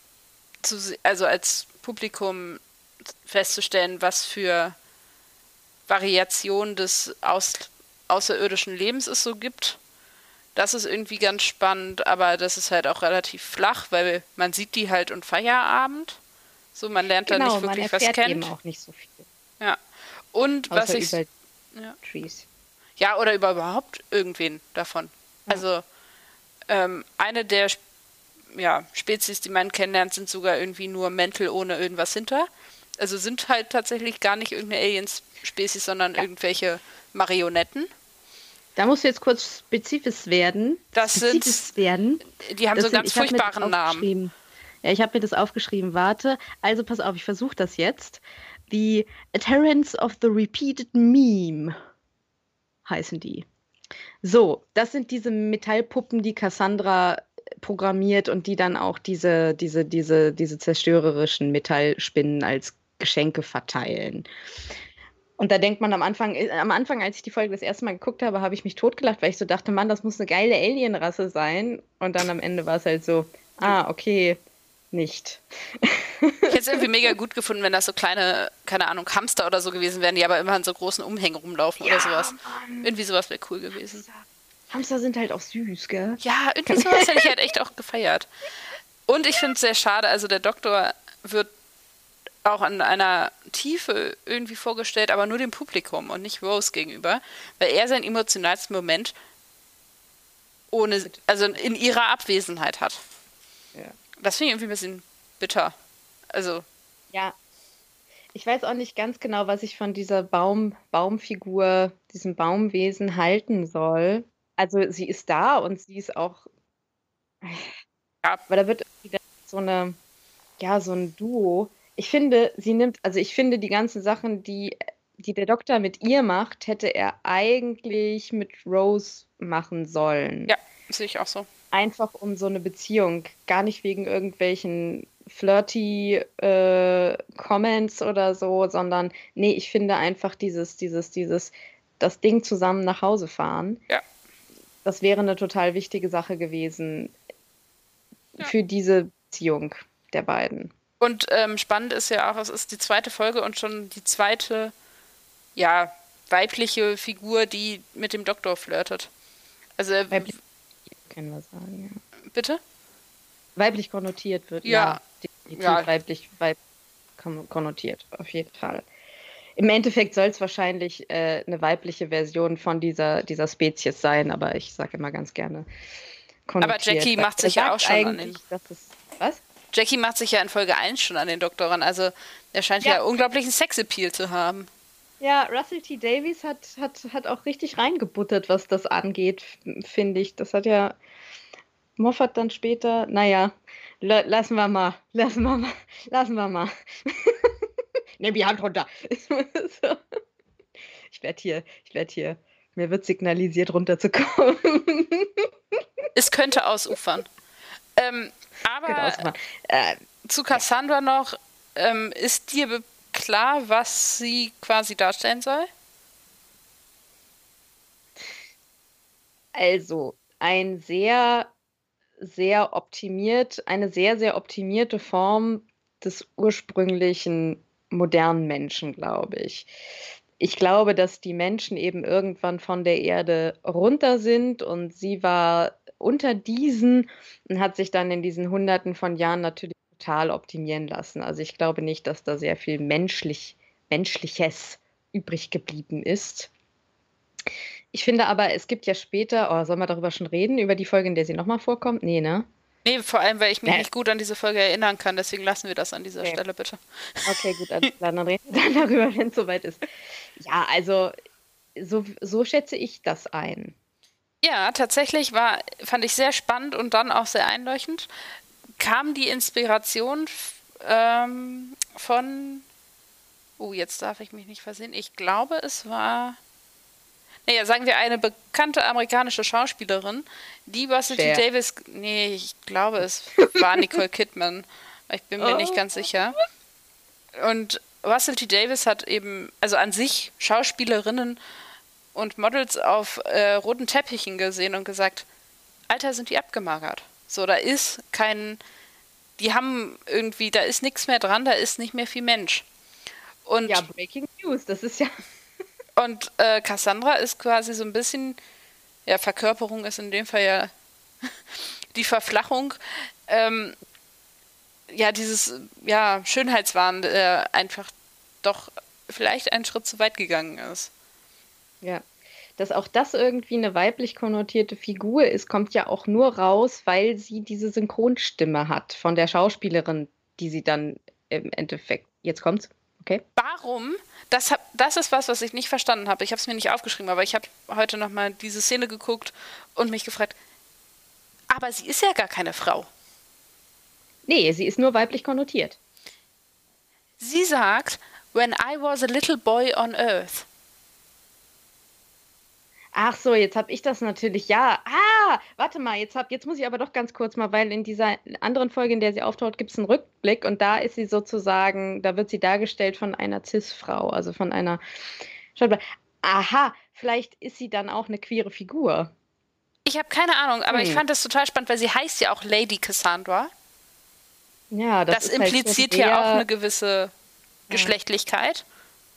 also als Publikum festzustellen, was für Variationen des außerirdischen Lebens es so gibt. Das ist irgendwie ganz spannend, aber das ist halt auch relativ flach, weil man sieht die halt und Feierabend. So, man lernt da Genau, nicht man wirklich was erfährt eben kennt. auch nicht so viel. Ja. Und was Außer ich, über ja, Trees. ja, oder überhaupt irgendwen davon. Ja. Also, eine der ja, Spezies, die man kennenlernt, sind sogar irgendwie nur Mäntel ohne irgendwas hinter. Also sind halt tatsächlich gar nicht irgendeine Aliens-Spezies, sondern Ja. irgendwelche Marionetten. Da musst du jetzt kurz spezifisch werden. Das sind, Spezifisch werden. die haben so ganz Ich habe mir das furchtbaren Namen. aufgeschrieben. Ja, ich habe mir das aufgeschrieben. Warte. Also pass auf, ich versuche das jetzt. The Adherents of the Repeated Meme heißen die. So, das sind diese Metallpuppen, die Cassandra programmiert und die dann auch diese zerstörerischen Metallspinnen als Geschenke verteilen. Und da denkt man am Anfang, als ich die Folge das erste Mal geguckt habe, habe ich mich totgelacht, weil ich so dachte, Mann, das muss eine geile Alienrasse sein. Und dann am Ende war es halt so, okay, nicht. Ich hätte es irgendwie mega gut gefunden, wenn das so kleine, keine Ahnung, Hamster oder so gewesen wären, die aber immer in so großen Umhängen rumlaufen oder sowas. Mann. Irgendwie sowas wäre cool gewesen. Hamster sind halt auch süß, gell? Ja, irgendwie sowas hätte ich halt echt auch gefeiert. Und ich finde es sehr schade, also der Doktor wird auch in einer Tiefe irgendwie vorgestellt, aber nur dem Publikum und nicht Rose gegenüber, weil er seinen emotionalsten Moment also in ihrer Abwesenheit hat. Ja. Das finde ich irgendwie ein bisschen bitter. Also, Ja, ich weiß auch nicht ganz genau, was ich von dieser Baumfigur, diesem Baumwesen halten soll. Also sie ist da und sie ist auch, ja, aber da wird wieder so ein Duo. Ich finde, ich finde die ganzen Sachen, die der Doktor mit ihr macht, hätte er eigentlich mit Rose machen sollen. ja, sehe ich auch so. Einfach um so eine Beziehung, gar nicht wegen irgendwelchen flirty Comments oder so, sondern nee, ich finde einfach das Ding zusammen nach Hause fahren, Ja, das wäre eine total wichtige Sache gewesen ja. für diese Beziehung der beiden. Und spannend ist ja auch, es ist die zweite Folge und schon die zweite, ja, weibliche Figur, die mit dem Doktor flirtet. Also, Weiblich, können wir sagen, ja. bitte? Weiblich konnotiert wird, Ja, ja, definitiv ja, weiblich konnotiert, auf jeden Fall. Im Endeffekt soll es wahrscheinlich eine weibliche Version von dieser Spezies sein, aber ich sage immer ganz gerne aber konnotiert. Jackie Weil macht er sich ja auch sagt schon an den. eigentlich, dass es. Was? Jackie macht sich ja in Folge 1 schon an den Doktor ran. Also, er scheint ja Ja. unglaublichen Sexappeal zu haben. Ja, Russell T. Davies hat auch richtig reingebuttert, was das angeht, finde ich. Das hat ja Moffat dann später. Naja, lassen wir mal. Nimm die Hand runter. So. Ich werde hier. Mir wird signalisiert, runterzukommen. Es könnte ausufern. Aber zu Cassandra noch, ist dir klar, was sie quasi darstellen soll? Also, eine sehr, sehr optimierte Form des ursprünglichen modernen Menschen, glaube ich. Ich glaube, dass die Menschen eben irgendwann von der Erde runter sind und sie war unter diesen und hat sich dann in diesen Hunderten von Jahren natürlich total optimieren lassen. Also ich glaube nicht, dass da sehr viel Menschliches übrig geblieben ist. Ich finde aber, es gibt ja später, sollen wir darüber schon reden, über die Folge, in der sie nochmal vorkommt? Nee, ne? Nee, vor allem, weil ich mich Ne, nicht gut an diese Folge erinnern kann, deswegen lassen wir das an dieser okay. Stelle bitte. Okay, gut, alles klar, dann reden wir dann darüber, wenn es soweit ist. Ja, also so schätze ich das ein. Ja, tatsächlich fand ich sehr spannend und dann auch sehr einleuchtend. Kam die Inspiration von, jetzt darf ich mich nicht versehen. Ich glaube, es war, naja, sagen wir eine bekannte amerikanische Schauspielerin, die Russell T. Cher. Davis, nee, ich glaube, es war Nicole Kidman. Ich bin mir nicht Oh, ganz sicher. Und Russell T. Davis hat eben, also an sich Schauspielerinnen und Models auf roten Teppichen gesehen und gesagt, Alter, sind die abgemagert. So, da ist die haben irgendwie, da ist nichts mehr dran, da ist nicht mehr viel Mensch. ja, Und, Breaking News, das ist ja. und Cassandra ist quasi so ein bisschen, ja, Verkörperung ist in dem Fall ja die Verflachung, ähm, ja, dieses, ja, Schönheitswahn, der einfach doch vielleicht einen Schritt zu weit gegangen ist. Ja. Dass auch das irgendwie eine weiblich konnotierte Figur ist, kommt ja auch nur raus, weil sie diese Synchronstimme hat von der Schauspielerin, die sie dann im Endeffekt. Jetzt kommt's, okay? Warum? Das ist was ich nicht verstanden habe. Ich habe es mir nicht aufgeschrieben, aber ich habe heute nochmal diese Szene geguckt und mich gefragt, aber sie ist ja gar keine Frau. Nee, sie ist nur weiblich konnotiert. Sie sagt, when I was a little boy on Earth. Ach so, jetzt habe ich das natürlich. Ja. Warte mal, jetzt muss ich aber doch ganz kurz mal, weil in dieser anderen Folge, in der sie auftaucht, gibt es einen Rückblick und da ist sie sozusagen, da wird sie dargestellt von einer Cis-Frau, also von einer. Aha, vielleicht ist sie dann auch eine queere Figur. Ich habe keine Ahnung, aber ich Hm. fand das total spannend, weil sie heißt ja auch Lady Cassandra. Ja, das Das ist halt schon impliziert ja auch sehr. eine gewisse Ja, Geschlechtlichkeit.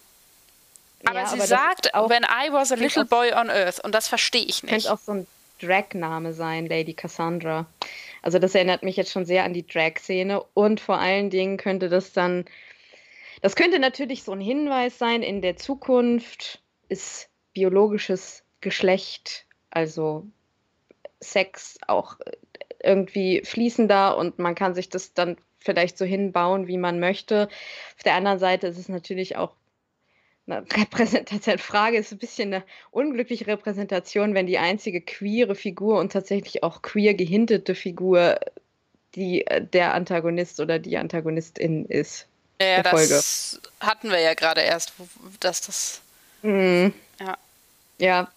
Aber ja, sie aber das ist sagt, auch, when I was a könnte little auch, boy on Earth. Und das verstehe ich könnte nicht. auch so ein Drag-Name sein, Lady Cassandra. Also das erinnert mich jetzt schon sehr an die Drag-Szene und vor allen Dingen könnte das dann. Das könnte natürlich so ein Hinweis sein, in der Zukunft ist biologisches Geschlecht, also Sex, auch irgendwie fließender und man kann sich das dann vielleicht so hinbauen, wie man möchte. Auf der anderen Seite ist es natürlich auch eine Repräsentation. Ist ein bisschen eine unglückliche Repräsentation, wenn die einzige queere Figur und tatsächlich auch queer gehintete Figur der Antagonist oder die Antagonistin ist Ja, der Folge. das hatten wir ja gerade erst, dass das, Mhm. ja. Ja.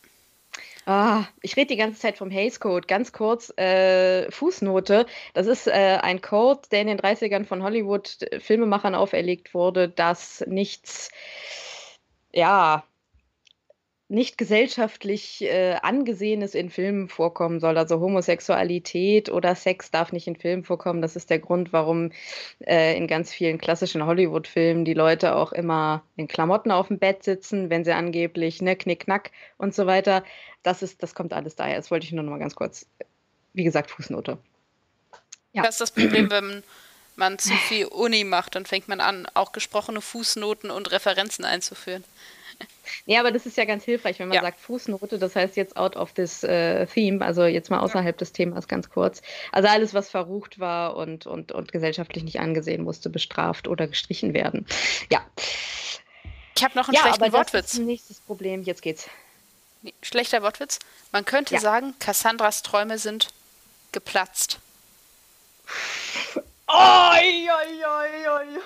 Ich rede die ganze Zeit vom Hays Code. Ganz kurz, Fußnote. Das ist ein Code, der in den 30ern von Hollywood-Filmemachern auferlegt wurde, dass nichts, ja, nicht gesellschaftlich Angesehenes in Filmen vorkommen soll. Also Homosexualität oder Sex darf nicht in Filmen vorkommen. Das ist der Grund, warum in ganz vielen klassischen Hollywood-Filmen die Leute auch immer in Klamotten auf dem Bett sitzen, wenn sie angeblich, ne, Knickknack und so weiter. Das kommt alles daher. Das wollte ich nur noch mal ganz kurz, wie gesagt, Fußnote. Ja. Das ist das Problem, wenn man zu viel Uni macht, dann fängt man an, auch gesprochene Fußnoten und Referenzen einzuführen. Nee, aber das ist ja ganz hilfreich, wenn man Ja. sagt Fußnote, das heißt jetzt out of this theme, also jetzt mal außerhalb des Themas ganz kurz. Also alles, was verrucht war und gesellschaftlich nicht angesehen, musste bestraft oder gestrichen werden. Ja. Ich habe noch einen Ja, aber schlechten das ist Wortwitz. ein nächstes Problem. Jetzt geht's. Nee, schlechter Wortwitz. Man könnte Ja. sagen, Cassandras Träume sind geplatzt. Oi, oi, oi, oi.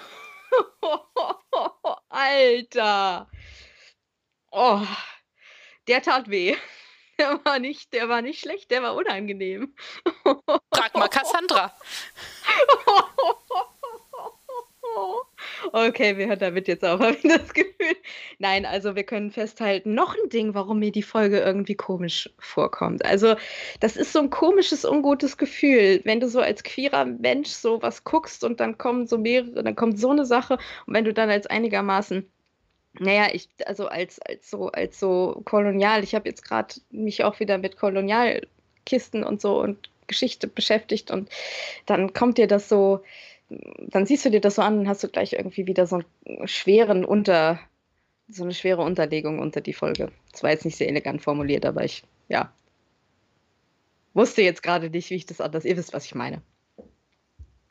Alter. Oh, der tat weh. Der war nicht schlecht, der war unangenehm. Frag mal Cassandra. Okay, wir hören damit jetzt auf, habe ich das Gefühl. Nein, also wir können festhalten, noch ein Ding, warum mir die Folge irgendwie komisch vorkommt. Also, das ist so ein komisches, ungutes Gefühl, wenn du so als queerer Mensch so was guckst und dann kommen so mehrere, dann kommt so eine Sache und wenn du dann als einigermaßen, naja, also als so kolonial, ich habe jetzt gerade mich auch wieder mit Kolonialkisten und so und Geschichte beschäftigt und dann kommt dir das so, dann siehst du dir das so an und hast du gleich irgendwie wieder so eine schwere Unterlegung unter die Folge. Das war jetzt nicht sehr elegant formuliert, aber ich, ja, wusste jetzt gerade nicht, wie ich das anders, ihr wisst, was ich meine.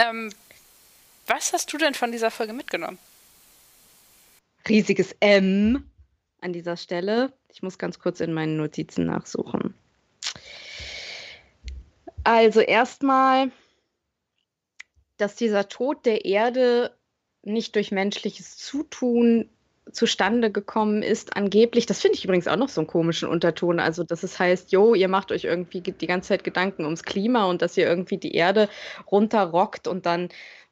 Was hast du denn von dieser Folge mitgenommen? Riesiges M an dieser Stelle. Ich muss ganz kurz in meinen Notizen nachsuchen. Also erstmal, dass dieser Tod der Erde nicht durch menschliches Zutun zustande gekommen ist, angeblich. Das finde ich übrigens auch noch so einen komischen Unterton. Also, dass es heißt, jo, ihr macht euch irgendwie die ganze Zeit Gedanken ums Klima und dass ihr irgendwie die Erde runterrockt und dann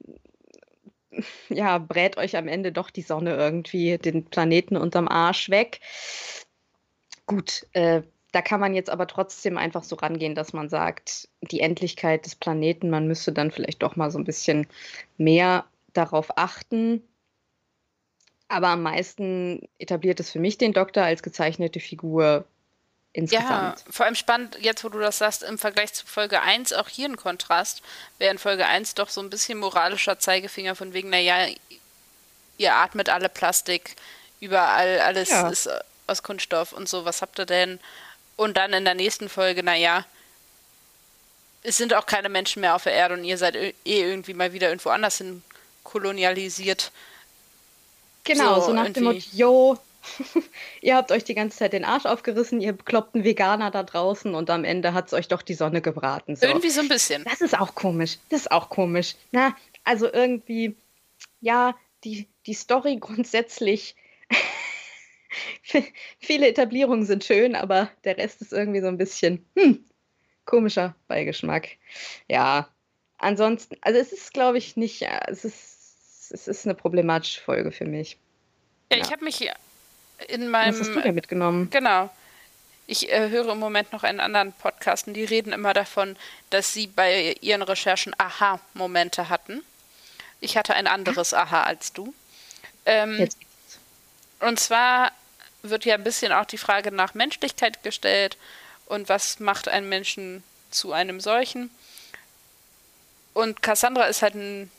ja, brät euch am Ende doch die Sonne irgendwie den Planeten unterm Arsch weg. Gut, da kann man jetzt aber trotzdem einfach so rangehen, dass man sagt, die Endlichkeit des Planeten, man müsste dann vielleicht doch mal so ein bisschen mehr darauf achten. Aber am meisten etabliert es für mich den Doktor als gezeichnete Figur Ja, insgesamt. vor allem spannend, jetzt wo du das sagst, im Vergleich zu Folge 1 auch hier ein Kontrast, wäre in Folge 1 doch so ein bisschen moralischer Zeigefinger von wegen, naja, ihr atmet alle Plastik, überall alles Ja, ist aus Kunststoff und so, was habt ihr denn? Und dann in der nächsten Folge, naja, es sind auch keine Menschen mehr auf der Erde und ihr seid irgendwie mal wieder irgendwo anders hin kolonialisiert. genau, so So nach dem Motto, irgendwie. yo, ihr habt euch die ganze Zeit den Arsch aufgerissen, ihr bekloppten Veganer da draußen und am Ende hat es euch doch die Sonne gebraten. So. Irgendwie so ein bisschen. Das ist auch komisch. Das ist auch komisch. Na, also irgendwie, ja, die Story grundsätzlich, viele Etablierungen sind schön, aber der Rest ist irgendwie so ein bisschen, komischer Beigeschmack. Ja, ansonsten, also es ist, glaube ich, nicht, es ist eine problematische Folge für mich. Ja, ich Ja. habe mich in Was hast meinem, du denn mitgenommen? genau, ich höre im Moment noch einen anderen Podcast und die reden immer davon, dass sie bei ihren Recherchen Aha-Momente hatten. Ich hatte ein anderes Aha als du. Ähm, Jetzt. und zwar wird ja ein bisschen auch die Frage nach Menschlichkeit gestellt und was macht einen Menschen zu einem solchen. Und Cassandra ist halt ein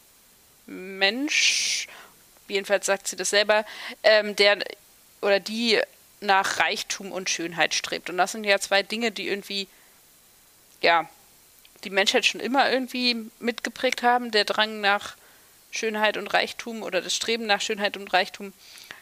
Mensch, jedenfalls sagt sie das selber, der oder die nach Reichtum und Schönheit strebt. Und das sind ja zwei Dinge, die irgendwie, ja, die Menschheit schon immer irgendwie mitgeprägt haben. Der Drang nach Schönheit und Reichtum oder das Streben nach Schönheit und Reichtum.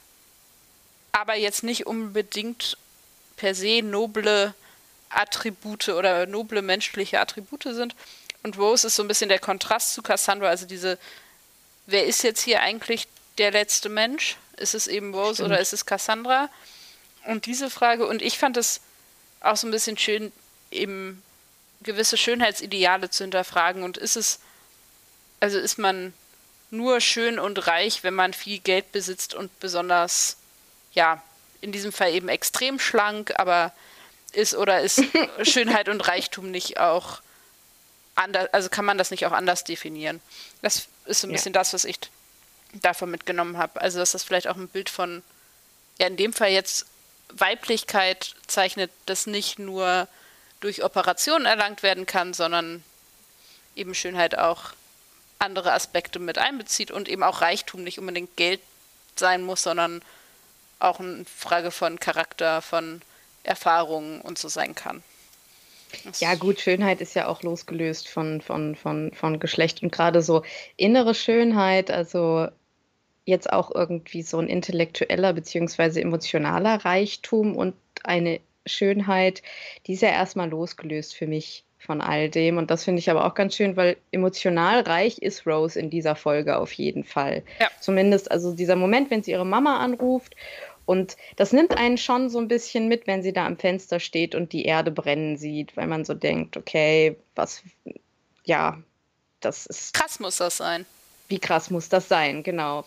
Aber jetzt nicht unbedingt per se noble Attribute oder noble menschliche Attribute sind. Und Rose ist so ein bisschen der Kontrast zu Cassandra, also diese, wer ist jetzt hier eigentlich der letzte Mensch? Ist es eben Rose oder Stimmt. ist es Cassandra? Und diese Frage, und ich fand es auch so ein bisschen schön, eben gewisse Schönheitsideale zu hinterfragen. Und also ist man nur schön und reich, wenn man viel Geld besitzt und besonders, ja, in diesem Fall eben extrem schlank, aber oder ist Schönheit und Reichtum nicht auch anders, also kann man das nicht auch anders definieren? Das ist so ein Ja. bisschen das, was ich davon mitgenommen habe. Also, dass das vielleicht auch ein Bild von, ja, in dem Fall jetzt Weiblichkeit zeichnet, das nicht nur durch Operationen erlangt werden kann, sondern eben Schönheit auch andere Aspekte mit einbezieht und eben auch Reichtum nicht unbedingt Geld sein muss, sondern auch eine Frage von Charakter, von Erfahrungen und so sein kann. Ja, Das, gut, Schönheit ist ja auch losgelöst von Geschlecht und gerade so innere Schönheit, also jetzt auch irgendwie so ein intellektueller beziehungsweise emotionaler Reichtum und eine Schönheit, die ist ja erstmal losgelöst für mich von all dem. Und das finde ich aber auch ganz schön, weil emotional reich ist Rose in dieser Folge auf jeden Fall. ja, Zumindest, also dieser Moment, wenn sie ihre Mama anruft. Und das nimmt einen schon so ein bisschen mit, wenn sie da am Fenster steht und die Erde brennen sieht, weil man so denkt, okay, was, ja, das ist, krass muss das sein. wie krass muss das sein? Genau.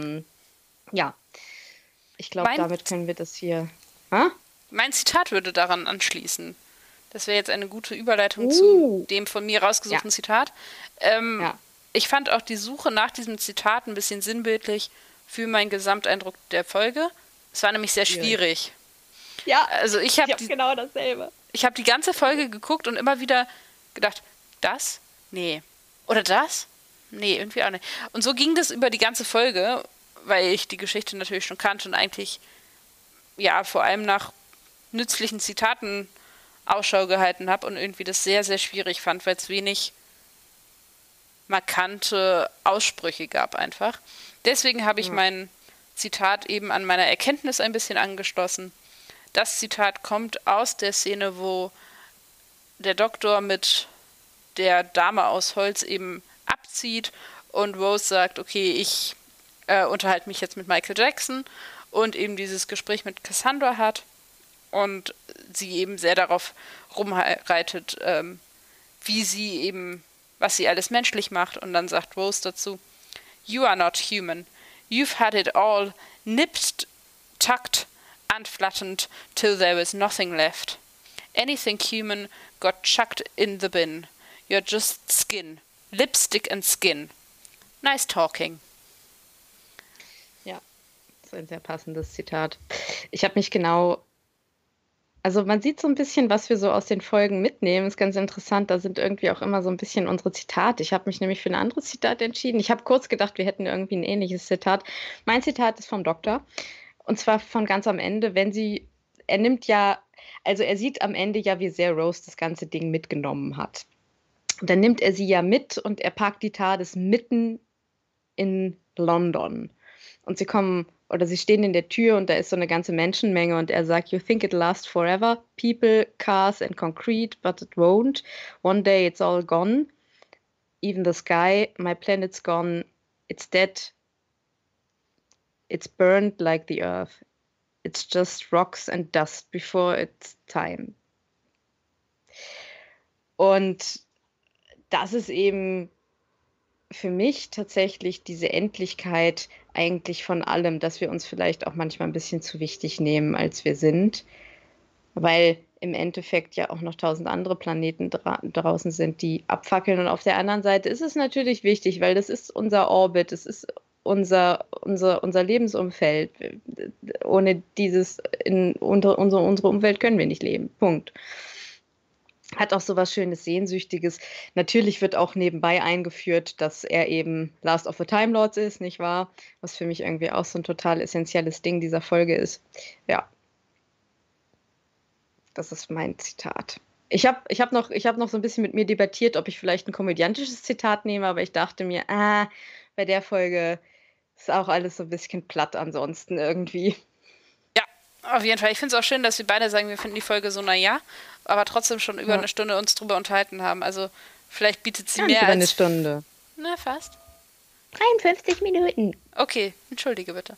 Ja, ich glaube, Mein, damit können wir das hier. Ha? mein Zitat würde daran anschließen. Das wäre jetzt eine gute Überleitung zu Uh, dem von mir ja, rausgesuchten Zitat. Ähm, ja, Ich fand auch die Suche nach diesem Zitat ein bisschen sinnbildlich für meinen Gesamteindruck der Folge. Es war nämlich sehr schwierig. schwierig. Ja, Also ich habe genau dasselbe. ich habe die ganze Folge geguckt und immer wieder gedacht, das? Nee. Oder das? Nee, irgendwie auch nicht. Und so ging das über die ganze Folge, weil ich die Geschichte natürlich schon kannte und eigentlich, ja, vor allem nach nützlichen Zitaten Ausschau gehalten habe und irgendwie das sehr, sehr schwierig fand, weil es wenig markante Aussprüche gab einfach. Deswegen habe ich mein Zitat eben an meiner Erkenntnis ein bisschen angeschlossen. Das Zitat kommt aus der Szene, wo der Doktor mit der Dame aus Holz eben abzieht und Rose sagt, okay, ich unterhalte mich jetzt mit Michael Jackson und eben dieses Gespräch mit Cassandra hat und sie eben sehr darauf rumreitet, wie sie eben, was sie alles menschlich macht, und dann sagt Rose dazu, "You are not human. You've had it all nipped, tucked and flattened till there was nothing left. Anything human got chucked in the bin. You're just skin. Lipstick and skin. Nice talking." Ja, das ist ein sehr passendes Zitat. Ich habe mich also man sieht so ein bisschen, was wir so aus den Folgen mitnehmen. Ist ganz interessant. Da sind irgendwie auch immer so ein bisschen unsere Zitate. Ich habe mich nämlich für ein anderes Zitat entschieden. Ich habe kurz gedacht, wir hätten irgendwie ein ähnliches Zitat. Mein Zitat ist vom Doktor. Und zwar von ganz am Ende, er sieht am Ende ja, wie sehr Rose das ganze Ding mitgenommen hat. Und dann nimmt er sie ja mit und er parkt die TARDIS mitten in London. Und sie stehen in der Tür und da ist so eine ganze Menschenmenge und er sagt, "You think it'll last forever? People, cars and concrete, but it won't. One day it's all gone. Even the sky, my planet's gone. It's dead. It's burned like the earth. It's just rocks and dust before its time." Und das ist eben für mich tatsächlich diese Endlichkeit eigentlich von allem, dass wir uns vielleicht auch manchmal ein bisschen zu wichtig nehmen, als wir sind, weil im Endeffekt ja auch noch 1000 andere Planeten draußen sind, die abfackeln. Und auf der anderen Seite ist es natürlich wichtig, weil das ist unser Orbit, es ist unser Lebensumfeld. Ohne unsere Umwelt können wir nicht leben. Punkt. Hat auch so was Schönes, Sehnsüchtiges. Natürlich wird auch nebenbei eingeführt, dass er eben Last of the Time Lords ist, nicht wahr? Was für mich irgendwie auch so ein total essentielles Ding dieser Folge ist. Ja. Das ist mein Zitat. Ich hab noch so ein bisschen mit mir debattiert, ob ich vielleicht ein komödiantisches Zitat nehme, aber ich dachte mir, bei der Folge ist auch alles so ein bisschen platt ansonsten irgendwie. Auf jeden Fall. Ich finde es auch schön, dass wir beide sagen, wir finden die Folge so naja, aber trotzdem schon über eine Stunde uns drüber unterhalten haben. Also vielleicht bietet sie mehr als... eine Stunde. Na, fast. 53 Minuten. Okay, entschuldige bitte.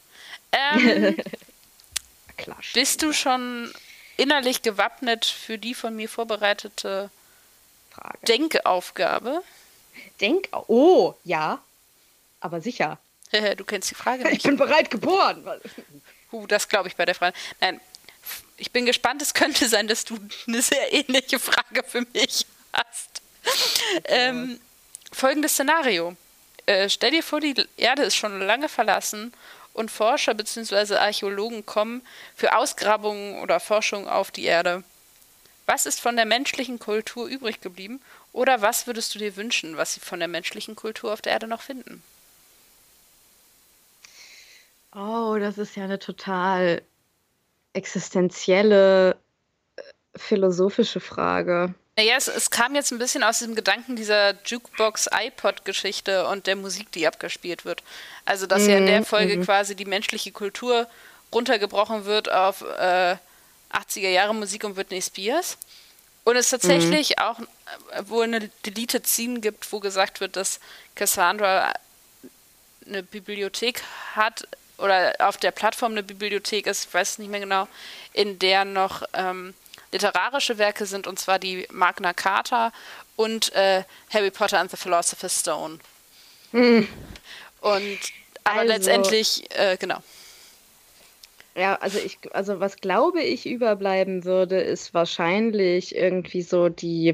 Klar. Bist du schon innerlich gewappnet für die von mir vorbereitete Frage. Denkaufgabe? Oh, ja. Aber sicher. Du kennst die Frage nicht. Ich bin bereit geboren. Das glaube ich bei der Frage. Nein, ich bin gespannt. Es könnte sein, dass du eine sehr ähnliche Frage für mich hast. Folgendes Szenario. Stell dir vor, die Erde ist schon lange verlassen und Forscher bzw. Archäologen kommen für Ausgrabungen oder Forschung auf die Erde. Was ist von der menschlichen Kultur übrig geblieben? Oder was würdest du dir wünschen, was sie von der menschlichen Kultur auf der Erde noch finden? Oh, das ist ja eine total existenzielle, philosophische Frage. Naja, es kam jetzt ein bisschen aus diesem Gedanken dieser Jukebox-iPod-Geschichte und der Musik, die abgespielt wird. Also, dass ja in der Folge quasi die menschliche Kultur runtergebrochen wird auf 80er-Jahre-Musik und Britney Spears. Und es tatsächlich auch wohl eine Deleted Scene gibt, wo gesagt wird, dass Cassandra eine Bibliothek hat, oder auf der Plattform eine Bibliothek ist, ich weiß es nicht mehr genau, in der noch literarische Werke sind, und zwar die Magna Carta und Harry Potter and the Philosopher's Stone. Und aber letztendlich, genau. Ja, also was glaube ich überbleiben würde, ist wahrscheinlich irgendwie so die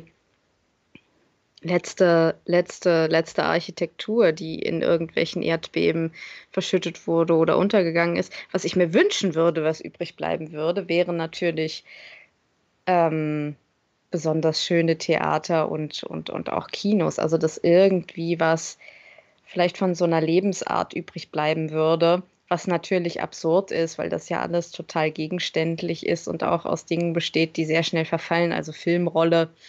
letzte Architektur, die in irgendwelchen Erdbeben verschüttet wurde oder untergegangen ist. Was ich mir wünschen würde, was übrig bleiben würde, wären natürlich besonders schöne Theater und auch Kinos. Also dass irgendwie was vielleicht von so einer Lebensart übrig bleiben würde, was natürlich absurd ist, weil das ja alles total gegenständlich ist und auch aus Dingen besteht, die sehr schnell verfallen, also Filmrolle,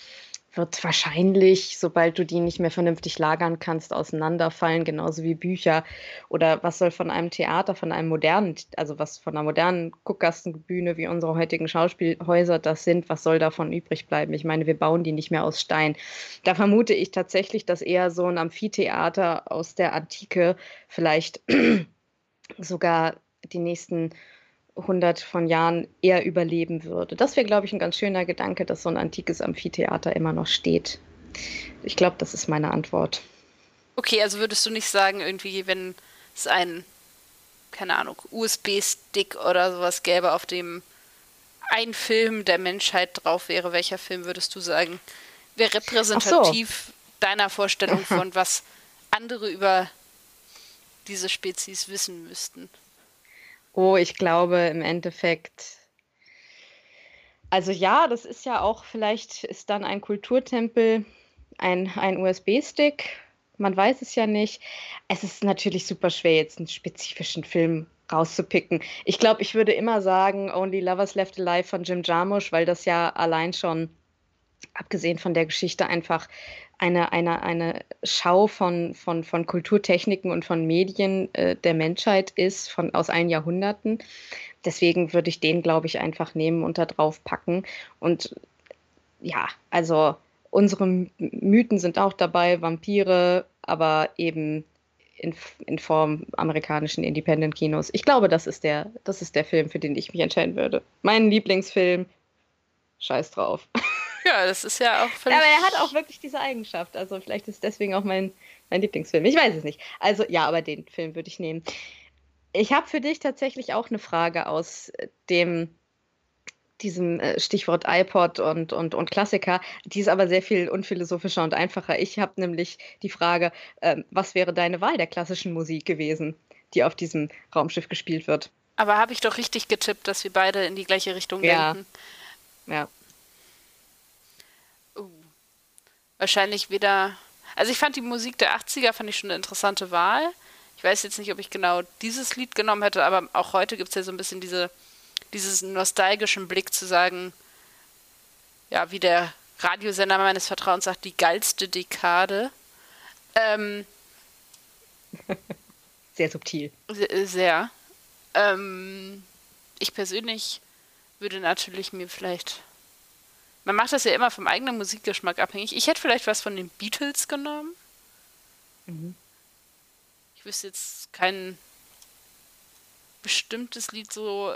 wird wahrscheinlich, sobald du die nicht mehr vernünftig lagern kannst, auseinanderfallen, genauso wie Bücher. Oder was soll von einem Theater, von einem modernen, also was von einer modernen Guckgastenbühne wie unsere heutigen Schauspielhäuser das sind, was soll davon übrig bleiben? Ich meine, wir bauen die nicht mehr aus Stein. Da vermute ich tatsächlich, dass eher so ein Amphitheater aus der Antike vielleicht sogar die nächsten 100 von Jahren eher überleben würde. Das wäre, glaube ich, ein ganz schöner Gedanke, dass so ein antikes Amphitheater immer noch steht. Ich glaube, das ist meine Antwort. Okay, also würdest du nicht sagen, irgendwie, wenn es einen, keine Ahnung, USB-Stick oder sowas gäbe, auf dem ein Film der Menschheit drauf wäre, welcher Film würdest du sagen, wäre repräsentativ deiner Vorstellung von, was andere über diese Spezies wissen müssten? Oh, ich glaube im Endeffekt, also ja, das ist ja auch, vielleicht ist dann ein Kulturtempel ein USB-Stick. Man weiß es ja nicht. Es ist natürlich super schwer, jetzt einen spezifischen Film rauszupicken. Ich glaube, ich würde immer sagen, Only Lovers Left Alive von Jim Jarmusch, weil das ja allein schon, abgesehen von der Geschichte, einfach eine Schau von Kulturtechniken und von Medien der Menschheit ist, aus allen Jahrhunderten. Deswegen würde ich den, glaube ich, einfach nehmen und da drauf packen. Und ja, also unsere Mythen sind auch dabei, Vampire, aber eben in Form amerikanischen Independent-Kinos. Ich glaube, das ist der Film, für den ich mich entscheiden würde. Mein Lieblingsfilm, scheiß drauf. Ja, das ist ja auch völlig... Aber er hat auch wirklich diese Eigenschaft. Also vielleicht ist deswegen auch mein Lieblingsfilm. Ich weiß es nicht. Also ja, aber den Film würde ich nehmen. Ich habe für dich tatsächlich auch eine Frage aus diesem Stichwort iPod und Klassiker. Die ist aber sehr viel unphilosophischer und einfacher. Ich habe nämlich die Frage, was wäre deine Wahl der klassischen Musik gewesen, die auf diesem Raumschiff gespielt wird? Aber habe ich doch richtig getippt, dass wir beide in die gleiche Richtung denken? Ja. Wahrscheinlich wieder... Also ich fand die Musik der 80er fand ich schon eine interessante Wahl. Ich weiß jetzt nicht, ob ich genau dieses Lied genommen hätte, aber auch heute gibt es ja so ein bisschen diesen nostalgischen Blick zu sagen, ja, wie der Radiosender meines Vertrauens sagt, die geilste Dekade. Sehr subtil. Sehr. Ich persönlich würde natürlich mir vielleicht... Man macht das ja immer vom eigenen Musikgeschmack abhängig. Ich hätte vielleicht was von den Beatles genommen. Mhm. Ich wüsste jetzt kein bestimmtes Lied so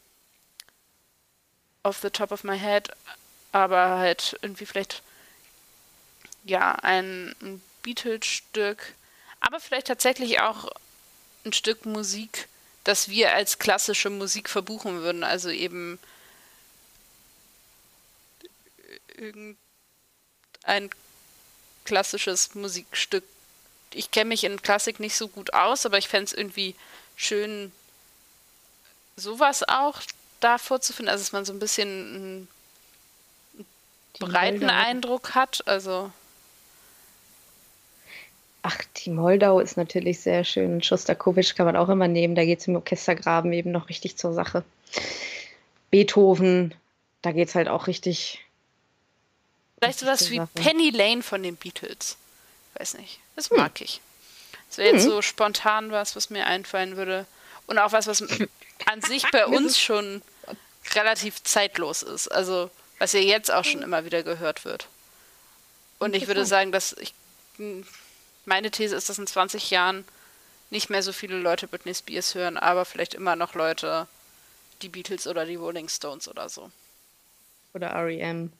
off the top of my head, aber halt irgendwie vielleicht ja ein Beatles-Stück, aber vielleicht tatsächlich auch ein Stück Musik, das wir als klassische Musik verbuchen würden, also eben irgendein klassisches Musikstück. Ich kenne mich in Klassik nicht so gut aus, aber ich fände es irgendwie schön, sowas auch da vorzufinden, also dass man so ein bisschen einen breiten Eindruck hat. Also ach, die Moldau ist natürlich sehr schön. Schostakowitsch kann man auch immer nehmen. Da geht es im Orchestergraben eben noch richtig zur Sache. Beethoven, da geht es halt auch richtig. Vielleicht sowas wie Penny Lane von den Beatles. Weiß nicht. Das mag ich. Das wäre jetzt so spontan was mir einfallen würde. Und auch was an sich bei uns schon relativ zeitlos ist. Also, was ja jetzt auch schon immer wieder gehört wird. Und ich würde sagen, meine These ist, dass in 20 Jahren nicht mehr so viele Leute Britney Spears hören, aber vielleicht immer noch Leute die Beatles oder die Rolling Stones oder so. Oder R.E.M.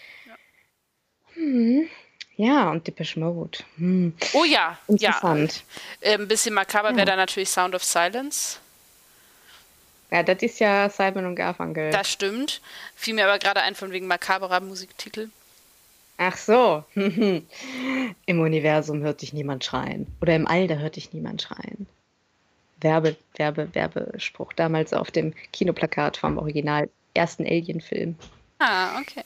Ja. Ja, und Depeche Mode. Oh ja, interessant. Ja. Ein bisschen makaber wäre da natürlich Sound of Silence. Ja, das ist ja Simon und Garfunkel. Das stimmt. Fiel mir aber gerade ein von wegen makaberer Musiktitel. Ach so. Im Universum hört dich niemand schreien. Oder im All, da hört dich niemand schreien. Werbespruch. Damals auf dem Kinoplakat vom Original ersten Alien-Film. Ah, okay.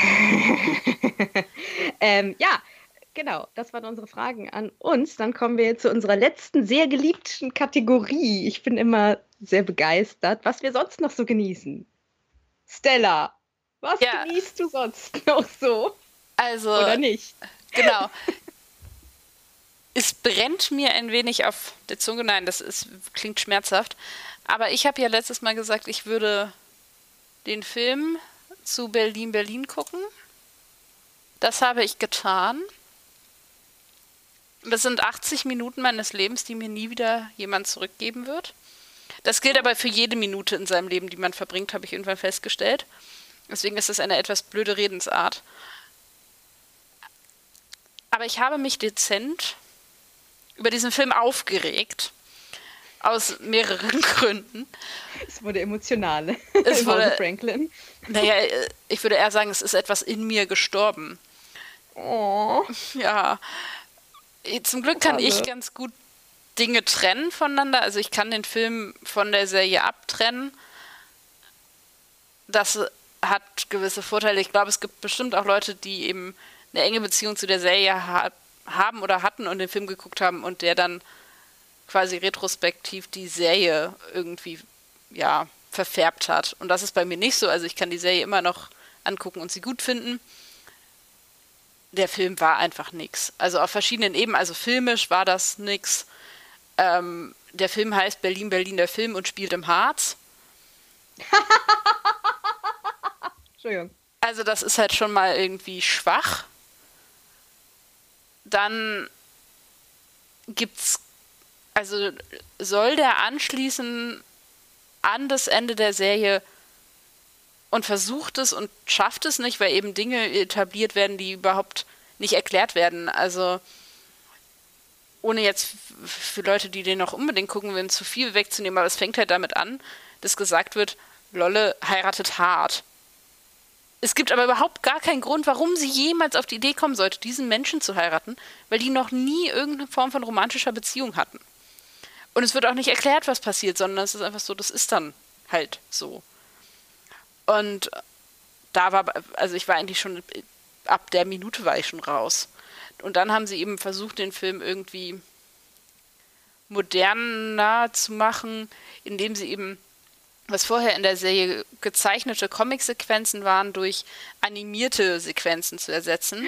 Ja, genau. Das waren unsere Fragen an uns. Dann kommen wir zu unserer letzten, sehr geliebten Kategorie. Ich bin immer sehr begeistert, was wir sonst noch so genießen. Stella, was genießt du sonst noch so? Also, Oder nicht? genau. Es brennt mir ein wenig auf der Zunge. Nein, klingt schmerzhaft. Aber ich habe ja letztes Mal gesagt, ich würde den Film zu Berlin, Berlin gucken. Das habe ich getan. Das sind 80 Minuten meines Lebens, die mir nie wieder jemand zurückgeben wird. Das gilt aber für jede Minute in seinem Leben, die man verbringt, habe ich irgendwann festgestellt. Deswegen ist das eine etwas blöde Redensart. Aber ich habe mich dezent über diesen Film aufgeregt. Aus mehreren Gründen. Es wurde emotional. Es wurde, Franklin. Naja, ich würde eher sagen, es ist etwas in mir gestorben. Oh. Ja. Zum Glück kann ich ganz gut Dinge trennen voneinander. Also ich kann den Film von der Serie abtrennen. Das hat gewisse Vorteile. Ich glaube, es gibt bestimmt auch Leute, die eben eine enge Beziehung zu der Serie haben oder hatten und den Film geguckt haben und der dann quasi retrospektiv die Serie irgendwie, ja, verfärbt hat. Und das ist bei mir nicht so. Also ich kann die Serie immer noch angucken und sie gut finden. Der Film war einfach nix. Also auf verschiedenen Ebenen, also filmisch war das nix. Der Film heißt Berlin, Berlin, der Film und spielt im Harz. Entschuldigung. Also das ist halt schon mal irgendwie schwach. Dann soll der anschließen an das Ende der Serie und versucht es und schafft es nicht, weil eben Dinge etabliert werden, die überhaupt nicht erklärt werden. Also ohne jetzt für Leute, die den noch unbedingt gucken würden, zu viel wegzunehmen, aber es fängt halt damit an, dass gesagt wird, Lolle heiratet hart. Es gibt aber überhaupt gar keinen Grund, warum sie jemals auf die Idee kommen sollte, diesen Menschen zu heiraten, weil die noch nie irgendeine Form von romantischer Beziehung hatten. Und es wird auch nicht erklärt, was passiert, sondern es ist einfach so, das ist dann halt so. Und ich war eigentlich schon, ab der Minute war ich schon raus. Und dann haben sie eben versucht, den Film irgendwie moderner zu machen, indem sie eben, was vorher in der Serie gezeichnete Comic-Sequenzen waren, durch animierte Sequenzen zu ersetzen.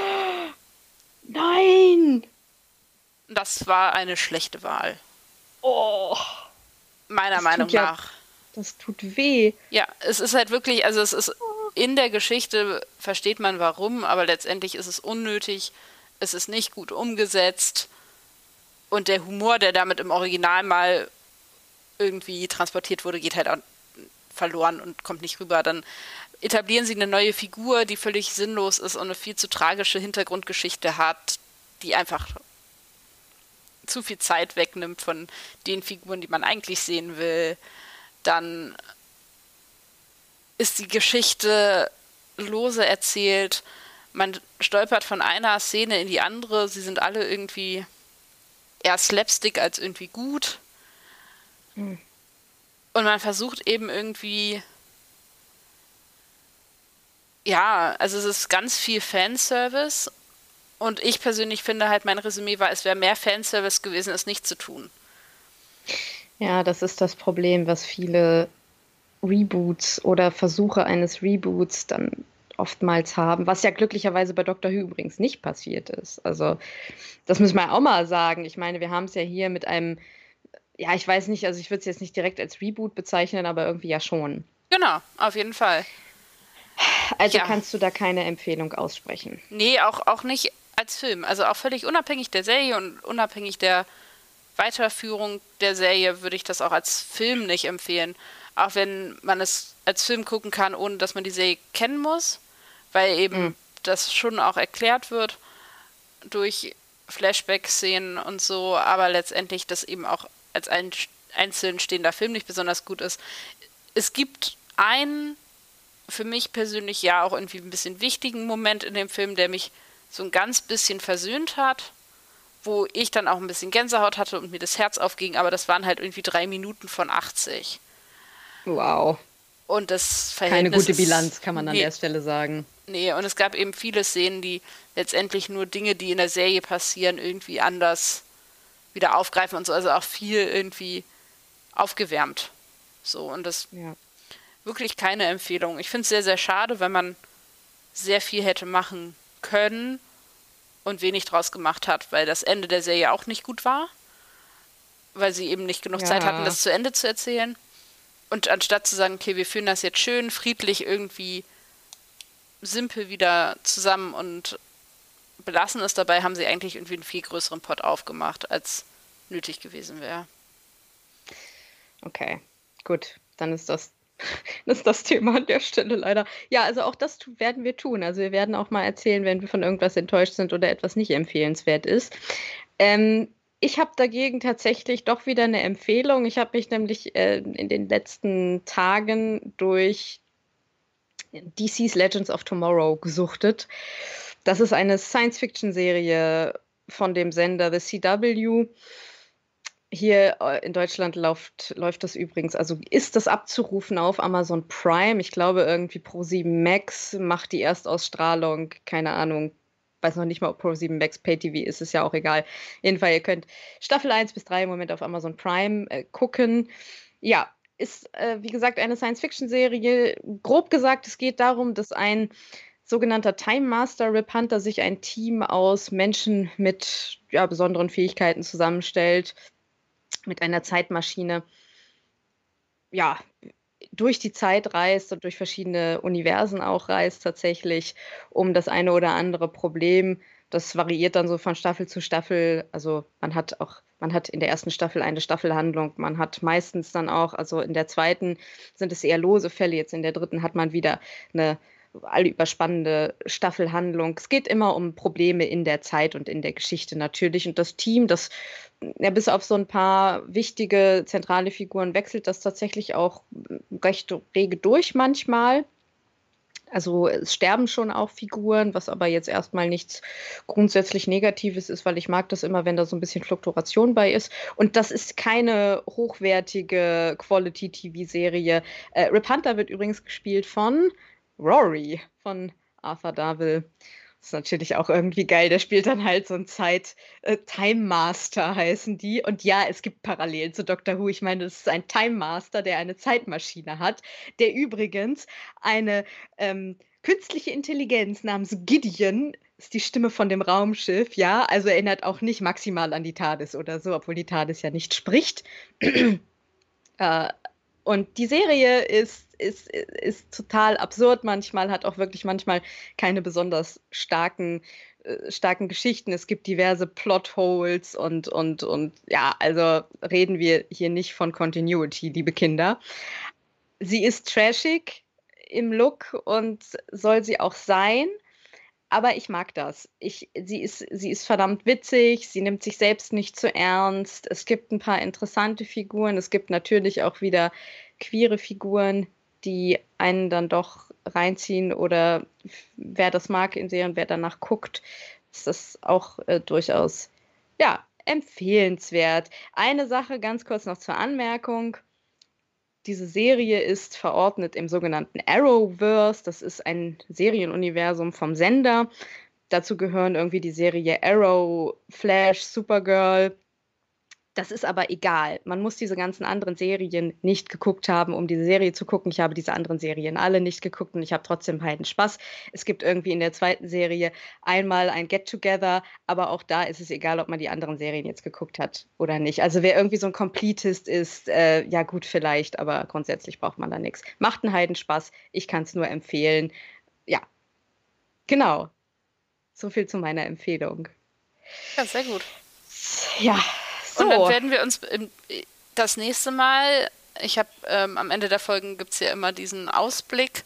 Nein! Das war eine schlechte Wahl. Oh! Meiner Meinung nach. Das tut weh. Ja, es ist halt wirklich, also es ist in der Geschichte, versteht man warum, aber letztendlich ist es unnötig, es ist nicht gut umgesetzt und der Humor, der damit im Original mal irgendwie transportiert wurde, geht halt auch verloren und kommt nicht rüber. Dann etablieren sie eine neue Figur, die völlig sinnlos ist und eine viel zu tragische Hintergrundgeschichte hat, die einfach zu viel Zeit wegnimmt von den Figuren, die man eigentlich sehen will. Dann ist die Geschichte lose erzählt. Man stolpert von einer Szene in die andere. Sie sind alle irgendwie eher Slapstick als irgendwie gut. Und man versucht eben irgendwie, ja, also es ist ganz viel Fanservice. Und ich persönlich finde halt, mein Resümee war, es wäre mehr Fanservice gewesen, es nicht zu tun. Ja, das ist das Problem, was viele Reboots oder Versuche eines Reboots dann oftmals haben, was ja glücklicherweise bei Doctor Who übrigens nicht passiert ist. Also das müssen wir auch mal sagen. Ich meine, wir haben es ja hier mit einem, ja, ich weiß nicht, also ich würde es jetzt nicht direkt als Reboot bezeichnen, aber irgendwie ja schon. Genau, auf jeden Fall. Also Ja. kannst du da keine Empfehlung aussprechen? Nee, auch nicht als Film. Also auch völlig unabhängig der Serie und unabhängig der Weiterführung der Serie würde ich das auch als Film nicht empfehlen. Auch wenn man es als Film gucken kann, ohne dass man die Serie kennen muss, weil eben das schon auch erklärt wird durch Flashback-Szenen und so, aber letztendlich das eben auch als ein einzeln stehender Film nicht besonders gut ist. Es gibt einen für mich persönlich ja auch irgendwie ein bisschen wichtigen Moment in dem Film, der mich so ein ganz bisschen versöhnt hat, wo ich dann auch ein bisschen Gänsehaut hatte und mir das Herz aufging, aber das waren halt irgendwie 3 Minuten von 80. Wow. Und das Verhältnis Keine gute Bilanz, kann man an der Stelle sagen. Nee, und es gab eben viele Szenen, die letztendlich nur Dinge, die in der Serie passieren, irgendwie anders wieder aufgreifen und so. Also auch viel irgendwie aufgewärmt. So, und das wirklich keine Empfehlung. Ich finde es sehr, sehr schade, weil man sehr viel hätte machen können und wenig draus gemacht hat, weil das Ende der Serie auch nicht gut war, weil sie eben nicht genug Zeit hatten, Ja, das zu Ende zu erzählen. Und anstatt zu sagen, okay, wir führen das jetzt schön, friedlich, irgendwie simpel wieder zusammen und belassen es dabei, haben sie eigentlich irgendwie einen viel größeren Pot aufgemacht, als nötig gewesen wäre. okay. Gut, dann ist das, ist das Thema an der Stelle leider. Ja, also auch das werden wir tun. Also wir werden auch mal erzählen, wenn wir von irgendwas enttäuscht sind oder etwas nicht empfehlenswert ist. Ähm, Ich habe dagegen tatsächlich doch wieder eine Empfehlung. Ich habe mich nämlich in den letzten Tagen durch DC's Legends of Tomorrow gesuchtet. Das ist eine Science-Fiction-Serie von dem Sender The CW. Hier in Deutschland läuft das übrigens, also ist das abzurufen auf Amazon Prime. Ich glaube, irgendwie Pro7 Max macht die Erstausstrahlung. Keine Ahnung. Weiß noch nicht mal, ob Pro7 Max Pay-TV ist, ist ja auch egal. Jedenfalls, ihr könnt Staffel 1 bis 3 im Moment auf Amazon Prime gucken. Ja, ist, wie gesagt, eine Science-Fiction-Serie. Grob gesagt, es geht darum, dass ein sogenannter Time Master Rip Hunter sich ein Team aus Menschen mit ja, besonderen Fähigkeiten zusammenstellt, mit einer Zeitmaschine, ja, durch die Zeit reist und durch verschiedene Universen auch reist tatsächlich, um das eine oder andere Problem. Das variiert dann so von Staffel zu Staffel. Also man hat in der ersten Staffel eine Staffelhandlung. Man hat meistens dann auch, also in der zweiten sind es eher lose Fälle. Jetzt in der dritten hat man wieder eine allüberspannende Staffelhandlung. Es geht immer um Probleme in der Zeit und in der Geschichte natürlich. Und das Team, das ja, bis auf so ein paar wichtige zentrale Figuren wechselt das tatsächlich auch recht rege durch manchmal. Also es sterben schon auch Figuren, was aber jetzt erstmal nichts grundsätzlich Negatives ist, weil ich mag das immer, wenn da so ein bisschen Fluktuation bei ist. Und das ist keine hochwertige Quality-TV-Serie. Rip Hunter wird übrigens gespielt von Rory, von Arthur Darvill. Das ist natürlich auch irgendwie geil. Der spielt dann halt so ein Time Master heißen die. Und ja, es gibt Parallelen zu Doctor Who. Ich meine, das ist ein Time Master, der eine Zeitmaschine hat, der übrigens eine künstliche Intelligenz namens Gideon ist die Stimme von dem Raumschiff, ja. Also erinnert auch nicht maximal an die TARDIS oder so, obwohl die TARDIS ja nicht spricht. äh, und die Serie ist total absurd manchmal, hat auch wirklich manchmal keine besonders starken Geschichten. Es gibt diverse Plotholes und ja, also reden wir hier nicht von Continuity, liebe Kinder. Sie ist trashig im Look und soll sie auch sein. Aber ich mag das. Sie ist verdammt witzig, sie nimmt sich selbst nicht zu ernst. Es gibt ein paar interessante Figuren. Es gibt natürlich auch wieder queere Figuren, die einen dann doch reinziehen oder wer das mag in Serien, wer danach guckt, ist das auch durchaus ja, empfehlenswert. Eine Sache ganz kurz noch zur Anmerkung. Diese Serie ist verordnet im sogenannten Arrowverse. Das ist ein Serienuniversum vom Sender. Dazu gehören irgendwie die Serie Arrow, Flash, Supergirl. Das ist aber egal. Man muss diese ganzen anderen Serien nicht geguckt haben, um diese Serie zu gucken. Ich habe diese anderen Serien alle nicht geguckt und ich habe trotzdem heiden Spaß. Es gibt irgendwie in der zweiten Serie einmal ein Get-Together, aber auch da ist es egal, ob man die anderen Serien jetzt geguckt hat oder nicht. Also wer irgendwie so ein Completist ist, ja gut vielleicht, aber grundsätzlich braucht man da nichts. Macht einen heiden Spaß. Ich kann es nur empfehlen. Ja, genau. So viel zu meiner Empfehlung. Ja, sehr gut. Ja, Und dann so. werden wir uns das nächste Mal, ich habe am Ende der Folgen gibt es ja immer diesen Ausblick,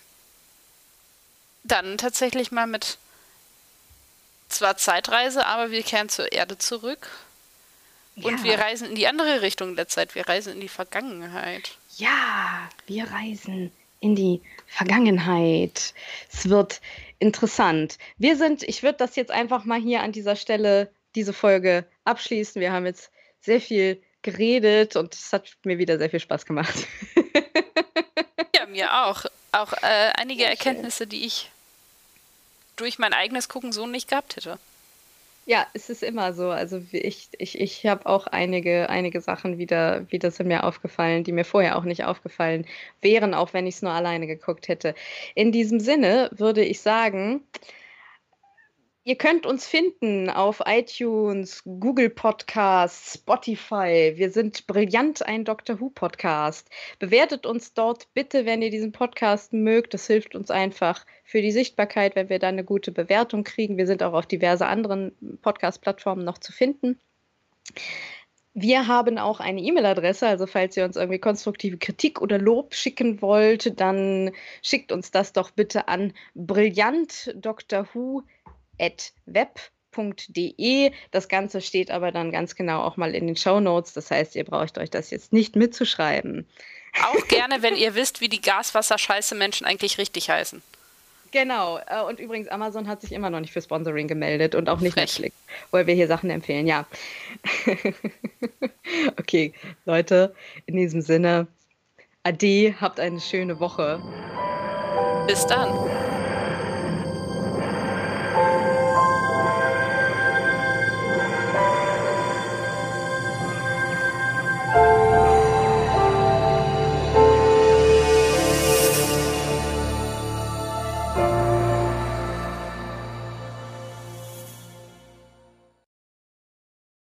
dann tatsächlich mal mit zwar Zeitreise, aber wir kehren zur Erde zurück. Und Ja. wir reisen in die andere Richtung der Zeit. Wir reisen in die Vergangenheit. Ja, wir reisen in die Vergangenheit. Es wird interessant. Ich würde das jetzt einfach mal hier an dieser Stelle, diese Folge abschließen. Wir haben jetzt sehr viel geredet und es hat mir wieder sehr viel Spaß gemacht. Ja, mir auch. Auch einige Sehr Erkenntnisse, die ich durch mein eigenes Gucken so nicht gehabt hätte. Ja, es ist immer so. Also ich habe auch einige Sachen wieder sind mir aufgefallen, die mir vorher auch nicht aufgefallen wären, auch wenn ich es nur alleine geguckt hätte. In diesem Sinne würde ich sagen, Ihr könnt uns finden auf iTunes, Google Podcasts, Spotify. Wir sind brillant ein Doctor Who Podcast. Bewertet uns dort bitte, wenn ihr diesen Podcast mögt. Das hilft uns einfach für die Sichtbarkeit, wenn wir dann eine gute Bewertung kriegen. Wir sind auch auf diverse anderen Podcast-Plattformen noch zu finden. Wir haben auch eine E-Mail-Adresse, also falls ihr uns irgendwie konstruktive Kritik oder Lob schicken wollt, dann schickt uns das doch bitte an brillantdoctorwho@web.de. Das Ganze steht aber dann ganz genau auch mal in den Shownotes. Das heißt, ihr braucht euch das jetzt nicht mitzuschreiben. Auch gerne, wenn ihr wisst, wie die Gaswasser-Scheiße-Menschen eigentlich richtig heißen. Genau. Und übrigens, Amazon hat sich immer noch nicht für Sponsoring gemeldet und auch nicht Frech. Netflix, weil wir hier Sachen empfehlen. Ja. Okay, Leute, in diesem Sinne, Ade, habt eine schöne Woche. Bis dann.